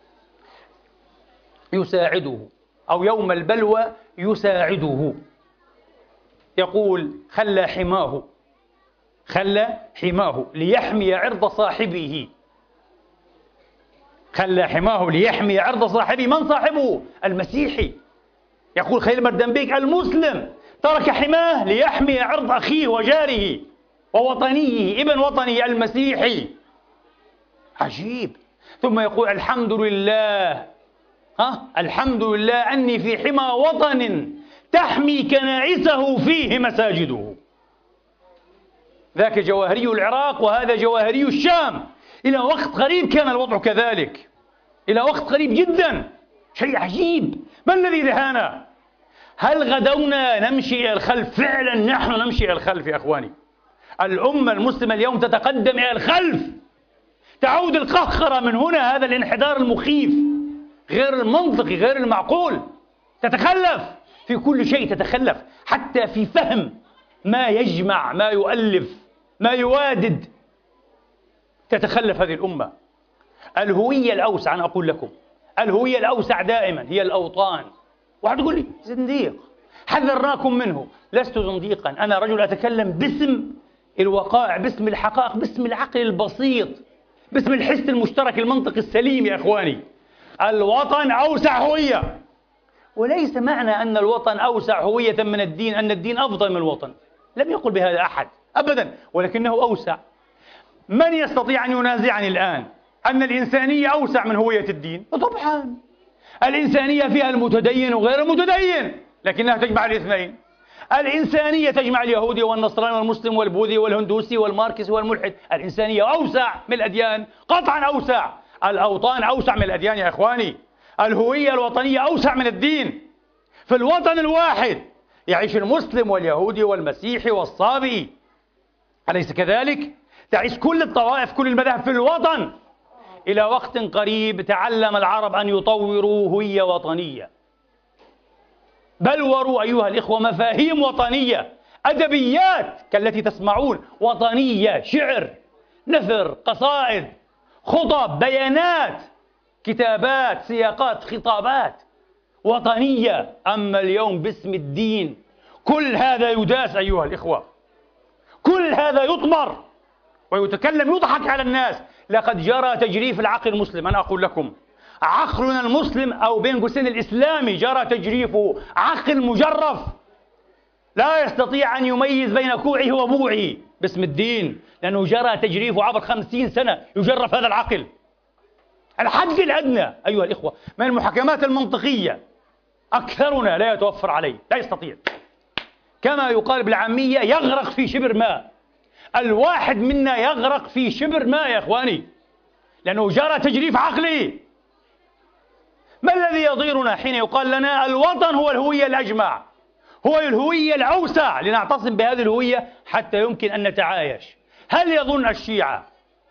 يساعده، أو يوم البلوى يساعده. يقول: خلى حماه خلى حماه ليحمي عرض صاحبه خلى حماه ليحمي عرض صاحبه. من صاحبه؟ المسيحي. يقول خليل مردنبيك: المسلم ترك حماه ليحمي عرض أخيه وجاره ووطنيه، ابن وطنه المسيحي. عجيب. ثم يقول: الحمد لله ها الحمد لله أني في حمى وطن تحمي كنائسه فيه مساجده. ذاك جواهري العراق وهذا جواهري الشام. إلى وقت قريب كان الوضع كذلك، إلى وقت قريب جدا. شيء عجيب. ما الذي دهانا؟ هل غدونا نمشي إلى الخلف؟ فعلا نحن نمشي إلى الخلف يا أخواني. الأمة المسلمة اليوم تتقدم إلى الخلف، تعود القهقرة من هنا. هذا الانحدار المخيف غير المنطقي غير المعقول. تتخلف في كل شيء، تتخلف حتى في فهم ما يجمع، ما يؤلف، ما يوادد. تتخلف هذه الأمة. الهوية الأوسع، أنا أقول لكم الهوية الأوسع دائما هي الأوطان. واحد يقول لي: زنديق، حذرناكم منه. لست زنديقا، أنا رجل أتكلم باسم الوقائع، باسم الحقائق، باسم العقل البسيط، باسم الحس المشترك المنطق السليم. يا إخواني، الوطن أوسع هوية، وليس معنى أن الوطن أوسع هوية من الدين أن الدين أفضل من الوطن. لم يقل بهذا أحد أبدا، ولكنه أوسع. من يستطيع أن ينازعني الآن أن الإنسانية أوسع من هوية الدين؟ طبعا الإنسانية فيها المتدين وغير المتدين، لكنها تجمع الاثنين. الإنسانية تجمع اليهودي والنصراني والمسلم والبوذي والهندوسي والماركسي والملحد. الإنسانية أوسع من الأديان، قطعا أوسع. الأوطان أوسع من الأديان يا إخواني. الهوية الوطنية أوسع من الدين. في الوطن الواحد يعيش المسلم واليهودي والمسيحي والصابئي، أليس كذلك؟ تعيش كل الطوائف كل المذاهب في الوطن. إلى وقت قريب تعلم العرب أن يطوروا هوية وطنية، بلوروا أيها الإخوة مفاهيم وطنية، أدبيات كالتي تسمعون، وطنية، شعر، نثر، قصائد، خطب، بيانات، كتابات، سياقات، خطابات وطنية. أما اليوم باسم الدين كل هذا يداس أيها الإخوة، كل هذا يطمر ويتكلم، يضحك على الناس. لقد جرى تجريف العقل المسلم. أنا أقول لكم عقلنا المسلم أو بين قوسين الإسلامي جرى تجريفه. عقل مجرف لا يستطيع أن يميز بين كوعه وبوعه باسم الدين، لأنه جرى تجريفه عبر خمسين سنة. يجرف هذا العقل. الحد الأدنى أيها الإخوة من المحاكمات المنطقية أكثرنا لا يتوفر عليه، لا يستطيع. كما يقال بالعامية يغرق في شبر ماء. الواحد منا يغرق في شبر ماء يا إخواني، لأنه جرى تجريف عقلي. ما الذي يضيرنا حين يقال لنا الوطن هو الهوية الأجمع، هو الهوية الأوسع، لنعتصم بهذه الهوية حتى يمكن أن نتعايش؟ هل يظن الشيعة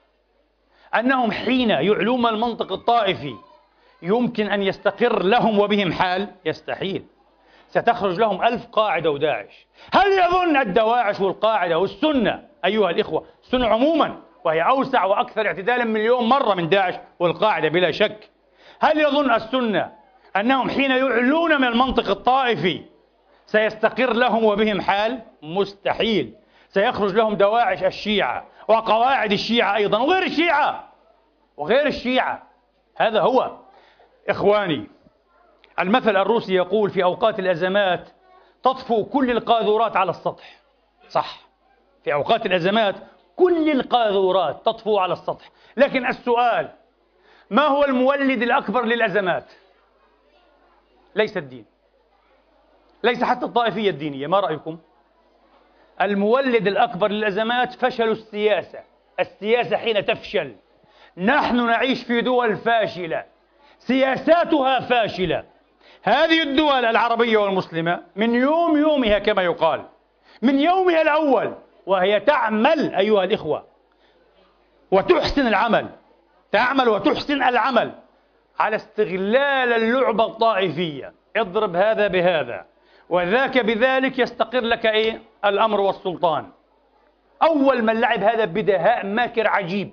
أنهم حين يعلون المنطق الطائفي يمكن أن يستقر لهم وبهم حال؟ يستحيل. ستخرج لهم ألف قاعدة وداعش. هل يظن الدواعش والقاعدة والسنة أيها الإخوة، السنة عموما وهي أوسع وأكثر اعتدالا مليون مرة من داعش والقاعدة بلا شك، هل يظن السنة أنهم حين يعلون من المنطق الطائفي سيستقر لهم وبهم حال؟ مستحيل. سيخرج لهم دواعش الشيعة وقواعد الشيعة أيضا وغير الشيعة وغير الشيعة. هذا هو إخواني. المثل الروسي يقول في أوقات الأزمات تطفو كل القاذورات على السطح. صح، في أوقات الأزمات كل القاذورات تطفو على السطح. لكن السؤال: ما هو المولد الأكبر للأزمات؟ ليس الدين، ليس حتى الطائفية الدينية. ما رأيكم؟ المولد الأكبر للأزمات فشل السياسة. السياسة حين تفشل، نحن نعيش في دول فاشلة سياساتها فاشلة. هذه الدول العربية والمسلمة من يوم يومها كما يقال، من يومها الأول وهي تعمل أيها الإخوة وتحسن العمل، تعمل وتحسن العمل على استغلال اللعبة الطائفية. اضرب هذا بهذا وذاك بذلك يستقر لك إيه؟ الأمر والسلطان. أول من لعب هذا بدهاء ماكر عجيب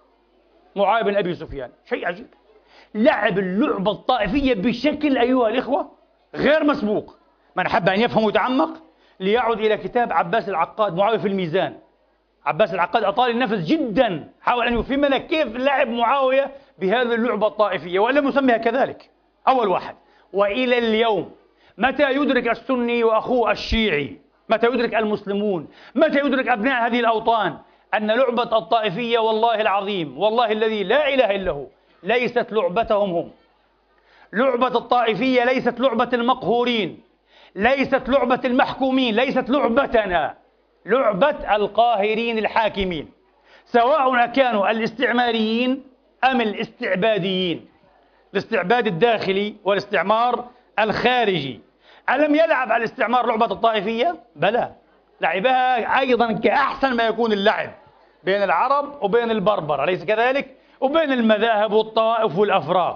معاوية بن أبي سفيان، شيء عجيب، لعب اللعبة الطائفية بشكل أيها الإخوة غير مسبوق. من حب أن يفهم ويتعمق ليعد إلى كتاب عباس العقاد معاوية في الميزان. عباس العقاد أطال النفس جدا، حاول أن يفهمنا كيف لعب معاوية بهذه اللعبة الطائفية ولم يسميها كذلك. أول واحد. وإلى اليوم متى يدرك السني وأخوه الشيعي، متى يدرك المسلمون، متى يدرك أبناء هذه الأوطان أن لعبة الطائفية والله العظيم والله الذي لا إله إلا هو ليست لعبتهم هم. لعبة الطائفية ليست لعبة المقهورين، ليست لعبة المحكومين، ليست لعبتنا، لعبة القاهرين الحاكمين، سواء كانوا الاستعماريين أم الاستعباديين، الاستعباد الداخلي والاستعمار الخارجي. ألم يلعب الاستعمار لعبة الطائفية؟ بلى، لعبها أيضا كأحسن ما يكون اللعب بين العرب وبين البربر، أليس كذلك؟ وبين المذاهب والطوائف والأفراق.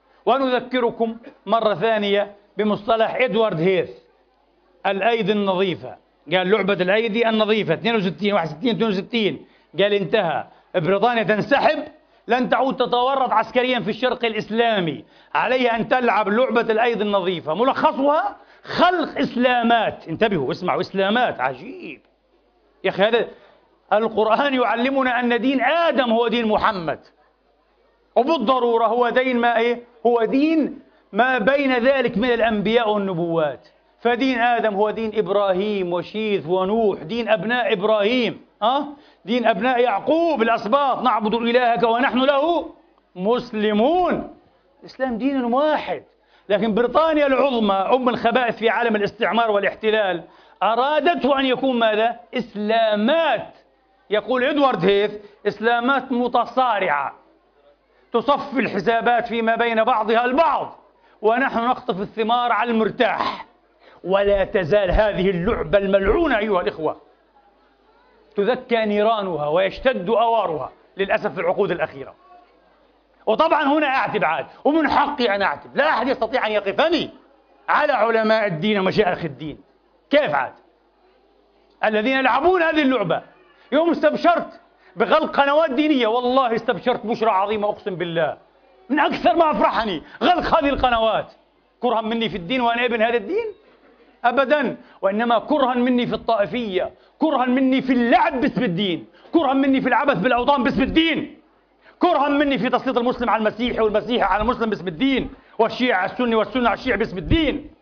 ونذكركم مرة ثانية بمصطلح إدوارد هيث، الأيدي النظيفة. قال لعبة الأيدي النظيفة اثنين وستين واحد وستين اثنين وستين، قال انتهى، بريطانيا تنسحب، لن تعود تتورط عسكريا في الشرق الإسلامي، عليها أن تلعب لعبة الأيدي النظيفة، ملخصها خلق إسلامات. انتبهوا اسمعوا، إسلامات. عجيب يا أخي، هذا القرآن يعلمنا أن دين آدم هو دين محمد، وبالضرورة هو دين ما إيه؟ هو دين ما بين ذلك من الأنبياء والنبوات. فدين آدم هو دين إبراهيم وشيث ونوح، دين أبناء إبراهيم، أه؟ دين أبناء يعقوب الأسباط، نعبد إلهك ونحن له مسلمون. الإسلام دين واحد. لكن بريطانيا العظمى أم الخبائث في عالم الاستعمار والاحتلال أرادته أن يكون ماذا؟ إسلامات. يقول إدوارد هيث إسلامات متصارعة تصفي الحسابات فيما بين بعضها البعض، ونحن نقطف الثمار على المرتاح. ولا تزال هذه اللعبة الملعونة أيها الإخوة تذكى نيرانها ويشتد أوارها للأسف في العقود الأخيرة. وطبعا هنا أعتب عاد، ومن حقي أن أعتب، لا أحد يستطيع أن يقفني على علماء الدين ومشايخ الدين. كيف عاد؟ الذين يلعبون هذه اللعبة. يوم استبشرت بغلق قنوات دينية، والله استبشرت بشرى عظيمة أقسم بالله، من أكثر ما أفرحني غلق هذه القنوات. كرها مني في الدين وأنا ابن هذا الدين؟ أبدا، وإنما كرها مني في الطائفية، كرها مني في اللعب باسم الدين، كرها مني في العبث بالأوطان باسم الدين، كرها مني في تسليط المسلم على المسيحي والمسيحي على المسلم باسم الدين، والشيعي على السني والسنة على الشيعي باسم الدين.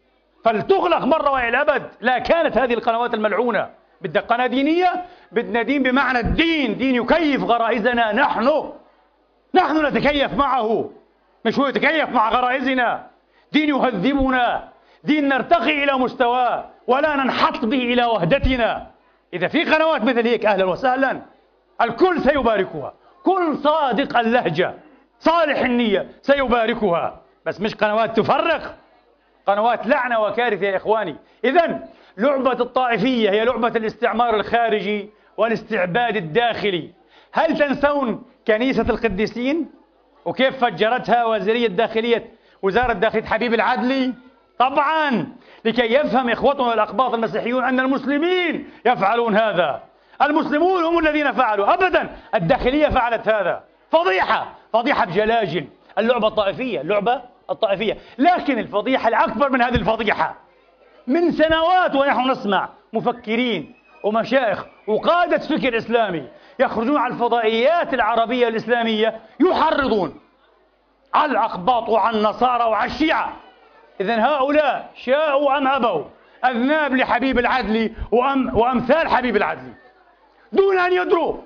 فلتغلق مرة وإلى الأبد. لا كانت هذه القنوات الملعونة. بدك قناة دينية؟ بدنا دين بمعنى الدين، دين يكيف غرائزنا نحن، نحن نتكيف معه، مش هو يتكيف مع غرائزنا. دين يهذبنا، دين نرتقي إلى مستواه ولا ننحط به إلى وحدتنا. إذا في قنوات مثل هيك أهلا وسهلا، الكل سيباركها، كل صادق اللهجة صالح النية سيباركها، بس مش قنوات تفرق، قنوات لعنة وكارثة يا إخواني. إذن لعبة الطائفية هي لعبة الاستعمار الخارجي والاستعباد الداخلي. هل تنسون كنيسة القديسين وكيف فجرتها وزيرية داخلية وزارة داخلية حبيب العدلي؟ طبعا لكي يفهم إخوتنا الأقباط المسيحيون أن المسلمين يفعلون هذا، المسلمون هم الذين فعلوا. أبدا، الداخلية فعلت هذا. فضيحة، فضيحة بجلاجل. اللعبة الطائفية، اللعبة الطائفية. لكن الفضيحة الأكبر من هذه الفضيحة، من سنوات ونحن نسمع مفكرين ومشايخ وقادة فكر إسلامي يخرجون على الفضائيات العربية الإسلامية يحرضون على الأقباط وعلى النصارى وعلى الشيعة. إذن هؤلاء شاءوا أم أبوا أذناب لحبيب العدلي وأم وأمثال حبيب العدلي دون أن يدروا،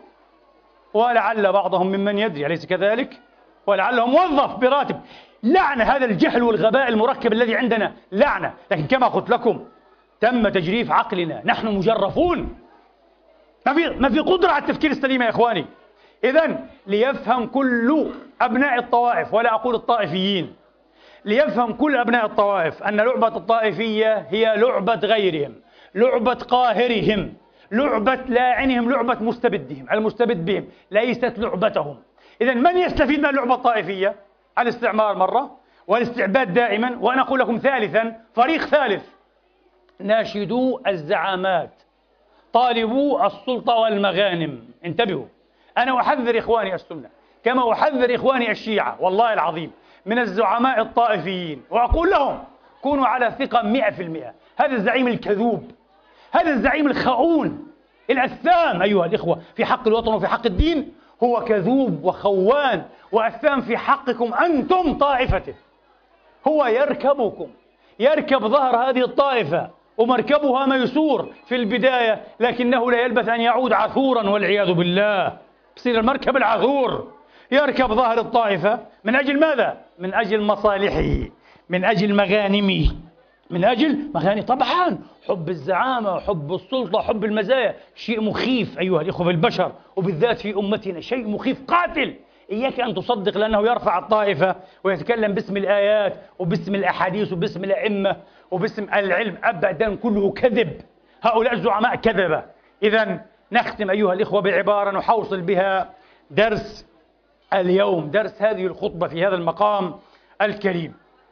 ولعل بعضهم ممن يدري، أليس كذلك؟ ولعله موظف براتب. لعنة، هذا الجهل والغباء المركب الذي عندنا لعنة. لكن كما قلت لكم تم تجريف عقلنا، نحن مجرفون، ما في ما في قدرة على التفكير السليم يا إخواني. إذن ليفهم كل أبناء الطوائف، ولا أقول الطائفيين، ليفهم كل أبناء الطوائف أن لعبة الطائفية هي لعبة غيرهم، لعبة قاهرهم، لعبة لاعنهم، لعبة مستبدهم، المستبد بهم، ليست لعبتهم. إذن من يستفيد من اللعبة الطائفية؟ الاستعمار مرة، والاستعباد دائما، وأنا أقول لكم ثالثا فريق ثالث ناشدو الزعامات، طالبوا السلطة والمغانم. انتبهوا، أنا أحذر إخواني السنة كما أحذر إخواني الشيعة والله العظيم من الزعماء الطائفيين، وأقول لهم كونوا على ثقة مئة في المئة. هذا الزعيم الكذوب، هذا الزعيم الخؤون الأثام أيها الإخوة في حق الوطن وفي حق الدين، هو كذوب وخوان وأثام في حقكم أنتم طائفته. هو يركبكم، يركب ظهر هذه الطائفة، ومركبها ميسور في البداية، لكنه لا يلبث أن يعود عثورا والعياذ بالله. يصير المركب العثور يركب ظهر الطائفة من أجل ماذا؟ من أجل مصالحه، من أجل مغانمه، من أجل مغانم. طبعا حب الزعامة، حب السلطة، حب المزايا شيء مخيف أيها الإخوة في البشر، وبالذات في أمتنا شيء مخيف قاتل. إياك أن تصدق لأنه يرفع الطائفة ويتكلم باسم الآيات وباسم الأحاديث وباسم الأئمة وباسم العلم، أبدا كله كذب. هؤلاء الزعماء كذبة. إذا نختم أيها الإخوة بعبارة نحوصل بها درس اليوم، درس هذه الخطبة في هذا المقام الكريم.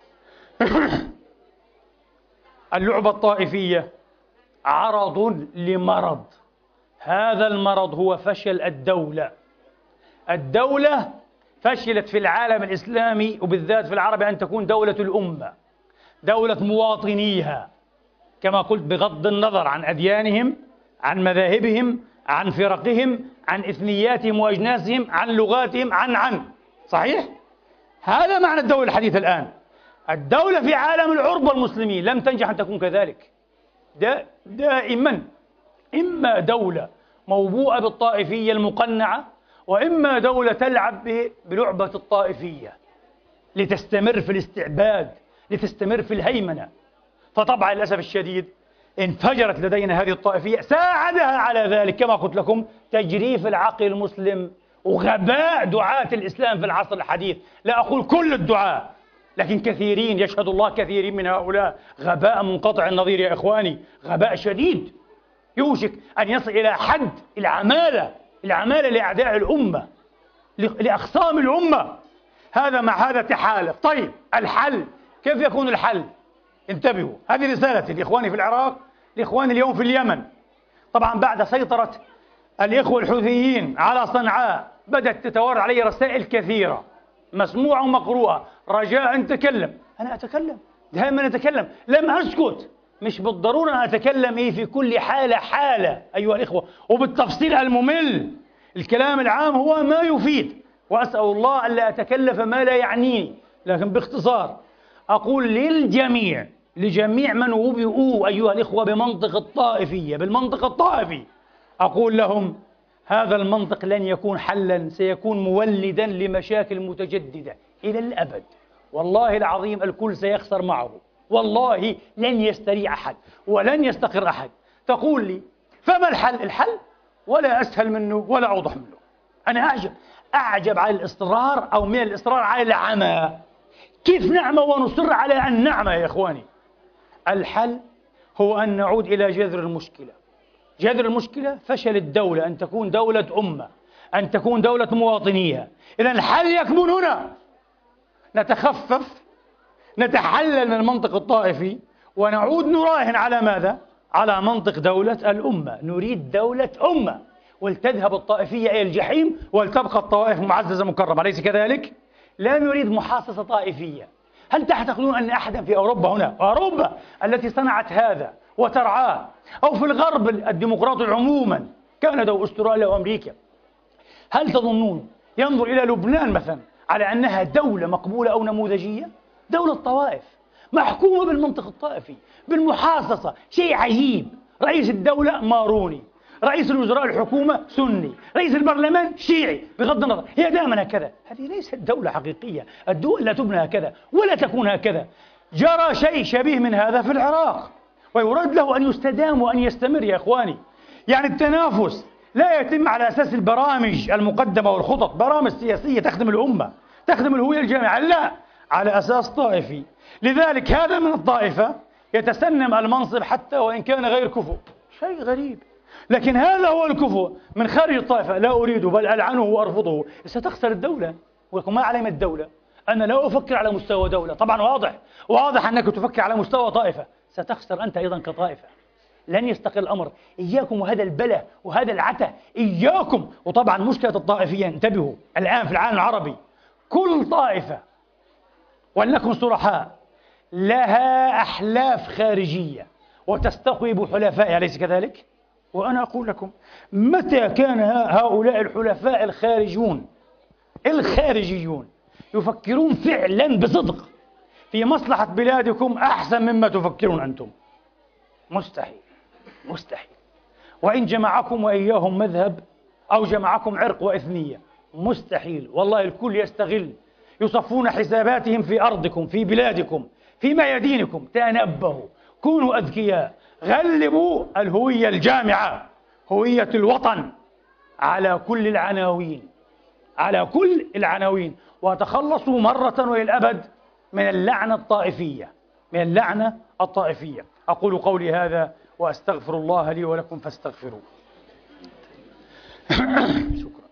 اللعبة الطائفية عرض لمرض، هذا المرض هو فشل الدولة. الدولة فشلت في العالم الإسلامي وبالذات في العرب أن تكون دولة الأمة، دولة مواطنيها، كما قلت بغض النظر عن أديانهم، عن مذاهبهم، عن فرقهم، عن إثنياتهم وأجناسهم، عن لغاتهم، عن عن صحيح؟ هذا معنى الدولة الحديثة الآن. الدولة في عالم العرب والمسلمين لم تنجح أن تكون كذلك. دا دائما إما دولة موبوءة بالطائفية المقنعة، وإما دولة تلعب بلعبة الطائفية لتستمر في الاستعباد، لتستمر في الهيمنة. فطبعا للأسف الشديد انفجرت لدينا هذه الطائفية، ساعدها على ذلك كما قلت لكم تجريف العقل المسلم وغباء دعاة الإسلام في العصر الحديث. لا أقول كل الدعاة، لكن كثيرين، يشهد الله كثيرين من هؤلاء غباء منقطع النظير يا إخواني، غباء شديد يوشك أن يصل إلى حد العمالة، العمالة لأعداء الأمة، لأخصام الأمة. هذا مع هذا تحالف. طيب الحل كيف يكون الحل؟ انتبهوا، هذه رسالتي لإخواني في العراق، لإخواني اليوم في اليمن. طبعا بعد سيطرة الإخوة الحوثيين على صنعاء بدأت تتوارد علي رسائل كثيرة مسموعة ومقروءة، رجاء تكلم. أنا أتكلم، دائما أتكلم، لم أسكت. مش بالضرورة أن أتكلم إيه في كل حالة حالة أيها الإخوة وبالتفصيل الممل. الكلام العام هو ما يفيد، وأسأل الله ألا أتكلف ما لا يعنيني، لكن باختصار أقول للجميع، لجميع من وبئوا أيها الإخوة بمنطق الطائفية، بالمنطق الطائفي، أقول لهم هذا المنطق لن يكون حلا، سيكون مولدا لمشاكل متجددة إلى الأبد. والله العظيم الكل سيخسر معه، والله لن يستريح أحد ولن يستقر أحد. تقول لي فما الحل؟ الحل ولا أسهل منه ولا أوضح منه. أنا أعجب أعجب على الإصرار أو من الإصرار على العمى. كيف نعمى ونصر على أن نعمى يا إخواني؟ الحل هو أن نعود إلى جذر المشكلة. جذر المشكلة فشل الدولة أن تكون دولة أمة، أن تكون دولة مواطنية. إذن الحل يكمن هنا، نتخفف، نتحلل من المنطق الطائفي ونعود نراهن على ماذا؟ على منطق دولة الأمة. نريد دولة أمة، ولتذهب الطائفية إلى الجحيم ولتبقى الطوائف معززة مكرمة، أليس كذلك؟ لا نريد محاصصة طائفية. هل تعتقدون أن أحدا في أوروبا هنا، أوروبا التي صنعت هذا وترعاه، أو في الغرب الديمقراطي عموما، كندا وأستراليا وأمريكا، هل تظنون ينظر إلى لبنان مثلا على أنها دولة مقبولة أو نموذجية؟ دولة طوائف محكومة بالمنطق الطائفي، بالمحاصصة. شيء عجيب. رئيس الدولة ماروني، رئيس الوزراء الحكومة سني، رئيس البرلمان شيعي، بغض النظر هي دائما هكذا. هذه ليست دولة حقيقية. الدول لا تبنى هكذا ولا تكون هكذا. جرى شيء شبيه من هذا في العراق، ويراد له أن يستدام وأن يستمر يا إخواني. يعني التنافس لا يتم على أساس البرامج المقدمة والخطط، برامج سياسية تخدم الأمة، تخدم الهوية الجامعة، لا، على أساس طائفي. لذلك هذا من الطائفة يتسنم المنصب حتى وإن كان غير كفؤ، شيء غريب. لكن هذا هو الكفؤ من خارج الطائفة، لا أريده بل ألعنه وأرفضه. ستخسر الدولة. ويكون ما علامة الدولة؟ أنا لا أفكر على مستوى دولة. طبعا واضح واضح أنك تفكر على مستوى طائفة، ستخسر أنت أيضا كطائفة. لن يستقل الأمر. إياكم وهذا البلاء وهذا العته، إياكم. وطبعا مشكلة الطائفية، انتبهوا الآن في العالم العربي كل طائفة ولنكن صرحاء لها أحلاف خارجية وتستقوي بحلفائها، أليس كذلك؟ وأنا أقول لكم متى كان هؤلاء الحلفاء الخارجون الخارجيون يفكرون فعلا بصدق في مصلحة بلادكم أحسن مما تفكرون أنتم؟ مستحيل مستحيل. وإن جمعكم وإياهم مذهب أو جمعكم عرق وإثنية، مستحيل. والله الكل يستغل، يصفون حساباتهم في أرضكم، في بلادكم، في ميادينكم. تنبهوا، كونوا أذكياء، غلبوا الهوية الجامعة، هوية الوطن، على كل العناوين، على كل العناوين، وتخلصوا مرة وللأبد من اللعنة الطائفية، من اللعنة الطائفية. أقول قولي هذا وأستغفر الله لي ولكم فاستغفروه. شكرا.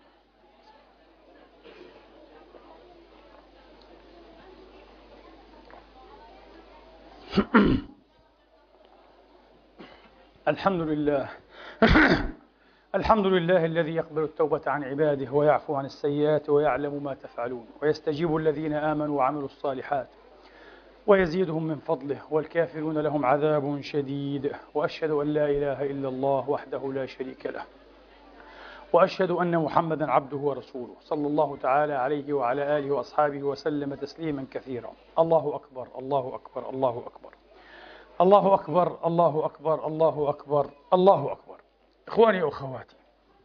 الحمد لله الحمد لله الذي يقبل التوبة عن عباده ويعفو عن السيئات ويعلم ما تفعلون ويستجيب الذين آمنوا وعملوا الصالحات ويزيدهم من فضله والكافرون لهم عذاب شديد. وأشهد أن لا إله إلا الله وحده لا شريك له، وأشهد أن محمدا عبده ورسوله صلى الله تعالى عليه وعلى آله وأصحابه وسلم تسليما كثيرا. الله أكبر الله أكبر الله أكبر الله أكبر الله أكبر الله أكبر الله أكبر. إخواني وأخواتي،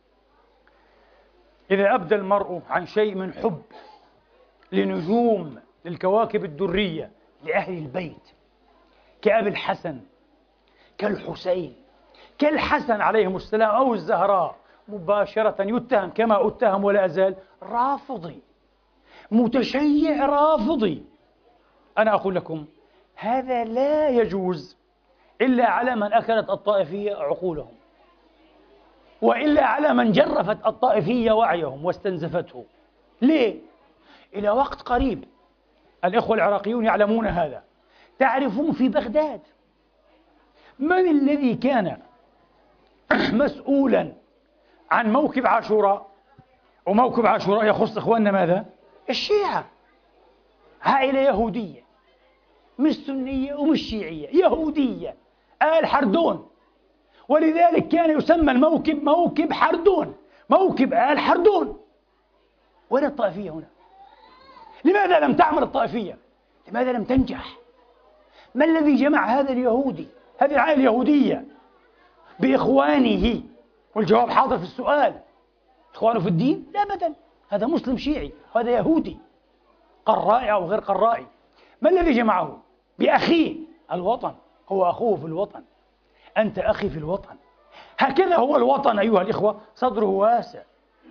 إذا أبدى المرء عن شيء من حب لنجوم للكواكب الدرية لأهل البيت كأبي الحسن كالحسين كالحسن عليهم السلام أو الزهراء، مباشرة يتهم كما أتهم ولا أزال رافضي متشيع رافضي. أنا أقول لكم هذا لا يجوز إلا على من أكلت الطائفية عقولهم، وإلا على من جرفت الطائفية وعيهم واستنزفته. ليه؟ إلى وقت قريب الإخوة العراقيون يعلمون هذا. تعرفون في بغداد من الذي كان مسؤولا عن موكب عاشوراء؟ وموكب عاشوراء يخص إخواننا ماذا؟ الشيعة، عائلة يهودية، مش سنية ومش شيعية، يهودية، آل حردون. ولذلك كان يسمى الموكب موكب حردون، موكب آل حردون. وين الطائفية هنا؟ لماذا لم تعمل الطائفية؟ لماذا لم تنجح؟ ما الذي جمع هذا اليهودي، هذه العائلة اليهودية بإخوانه؟ والجواب حاضر في السؤال. إخوانه في الدين؟ لا أبدا، هذا مسلم شيعي وهذا يهودي قرائي أو غير قرائي. ما الذي جمعه؟ بأخيه الوطن، هو أخوه في الوطن، أنت أخي في الوطن. هكذا هو الوطن أيها الإخوة، صدره واسع،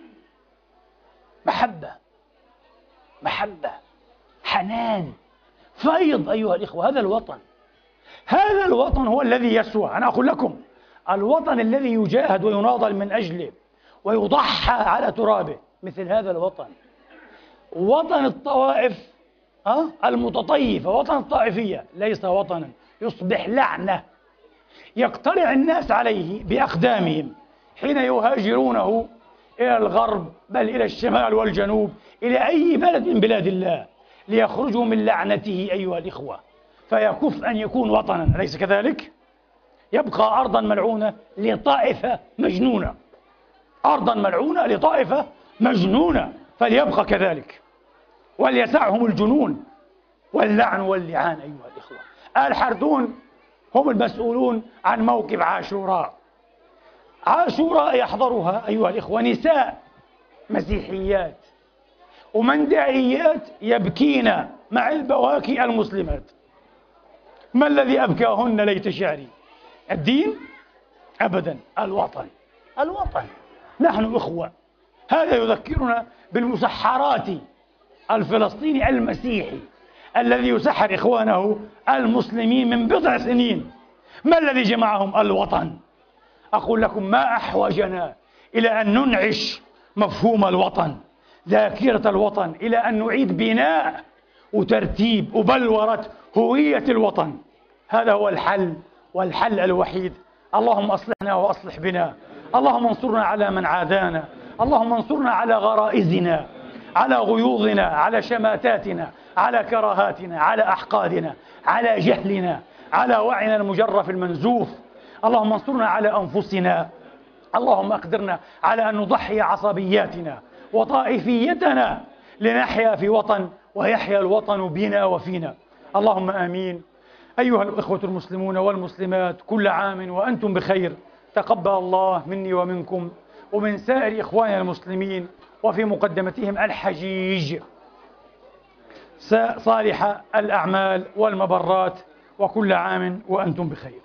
محبة محبة حنان فيض أيها الإخوة. هذا الوطن، هذا الوطن هو الذي يسوى. أنا أقول لكم الوطن الذي يجاهد ويناضل من أجله ويضحى على ترابه مثل هذا الوطن. وطن الطوائف أه؟ المتطيفة، وطن الطائفية ليس وطنا، يصبح لعنة يقتلع الناس عليه بأقدامهم حين يهاجرونه إلى الغرب بل إلى الشمال والجنوب، إلى أي بلد من بلاد الله ليخرجوا من لعنته أيها الإخوة. فيكف أن يكون وطنا، أليس كذلك؟ يبقى أرضا ملعونة لطائفة مجنونة، أرضا ملعونة لطائفة مجنونة، فليبقى كذلك وليسعهم الجنون واللعن واللعان أيها الإخوة. آل حردون هم المسؤولون عن موكب عاشوراء. عاشوراء يحضرها أيها الإخوة نساء مسيحيات ومندائيات يبكين مع البواكي المسلمات. ما الذي أبكاهن ليت شعري؟ الدين؟ أبدا، الوطن. الوطن، نحن إخوة. هذا يذكرنا بالمسحرات الفلسطيني المسيحي الذي يسحر إخوانه المسلمين من بضع سنين. ما الذي جمعهم؟ الوطن. أقول لكم ما أحوجنا إلى أن ننعش مفهوم الوطن، ذاكرة الوطن، إلى أن نعيد بناء وترتيب وبلورة هوية الوطن. هذا هو الحل والحل الوحيد. اللهم أصلحنا وأصلح بنا، اللهم انصرنا على من عادانا، اللهم انصرنا على غرائزنا، على غيوظنا، على شماتاتنا، على كراهاتنا، على أحقادنا، على جهلنا، على وعينا المجرف المنزوف. اللهم انصرنا على أنفسنا، اللهم أقدرنا على أن نضحي عصبياتنا وطائفيتنا لنحيا في وطن ويحيا الوطن بنا وفينا. اللهم آمين. أيها الإخوة المسلمون والمسلمات، كل عام وأنتم بخير. تقبل الله مني ومنكم ومن سائر إخواننا المسلمين، وفي مقدمتهم الحجيج، صالح الأعمال والمبرات، وكل عام وأنتم بخير.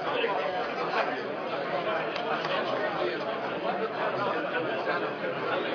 Thank you.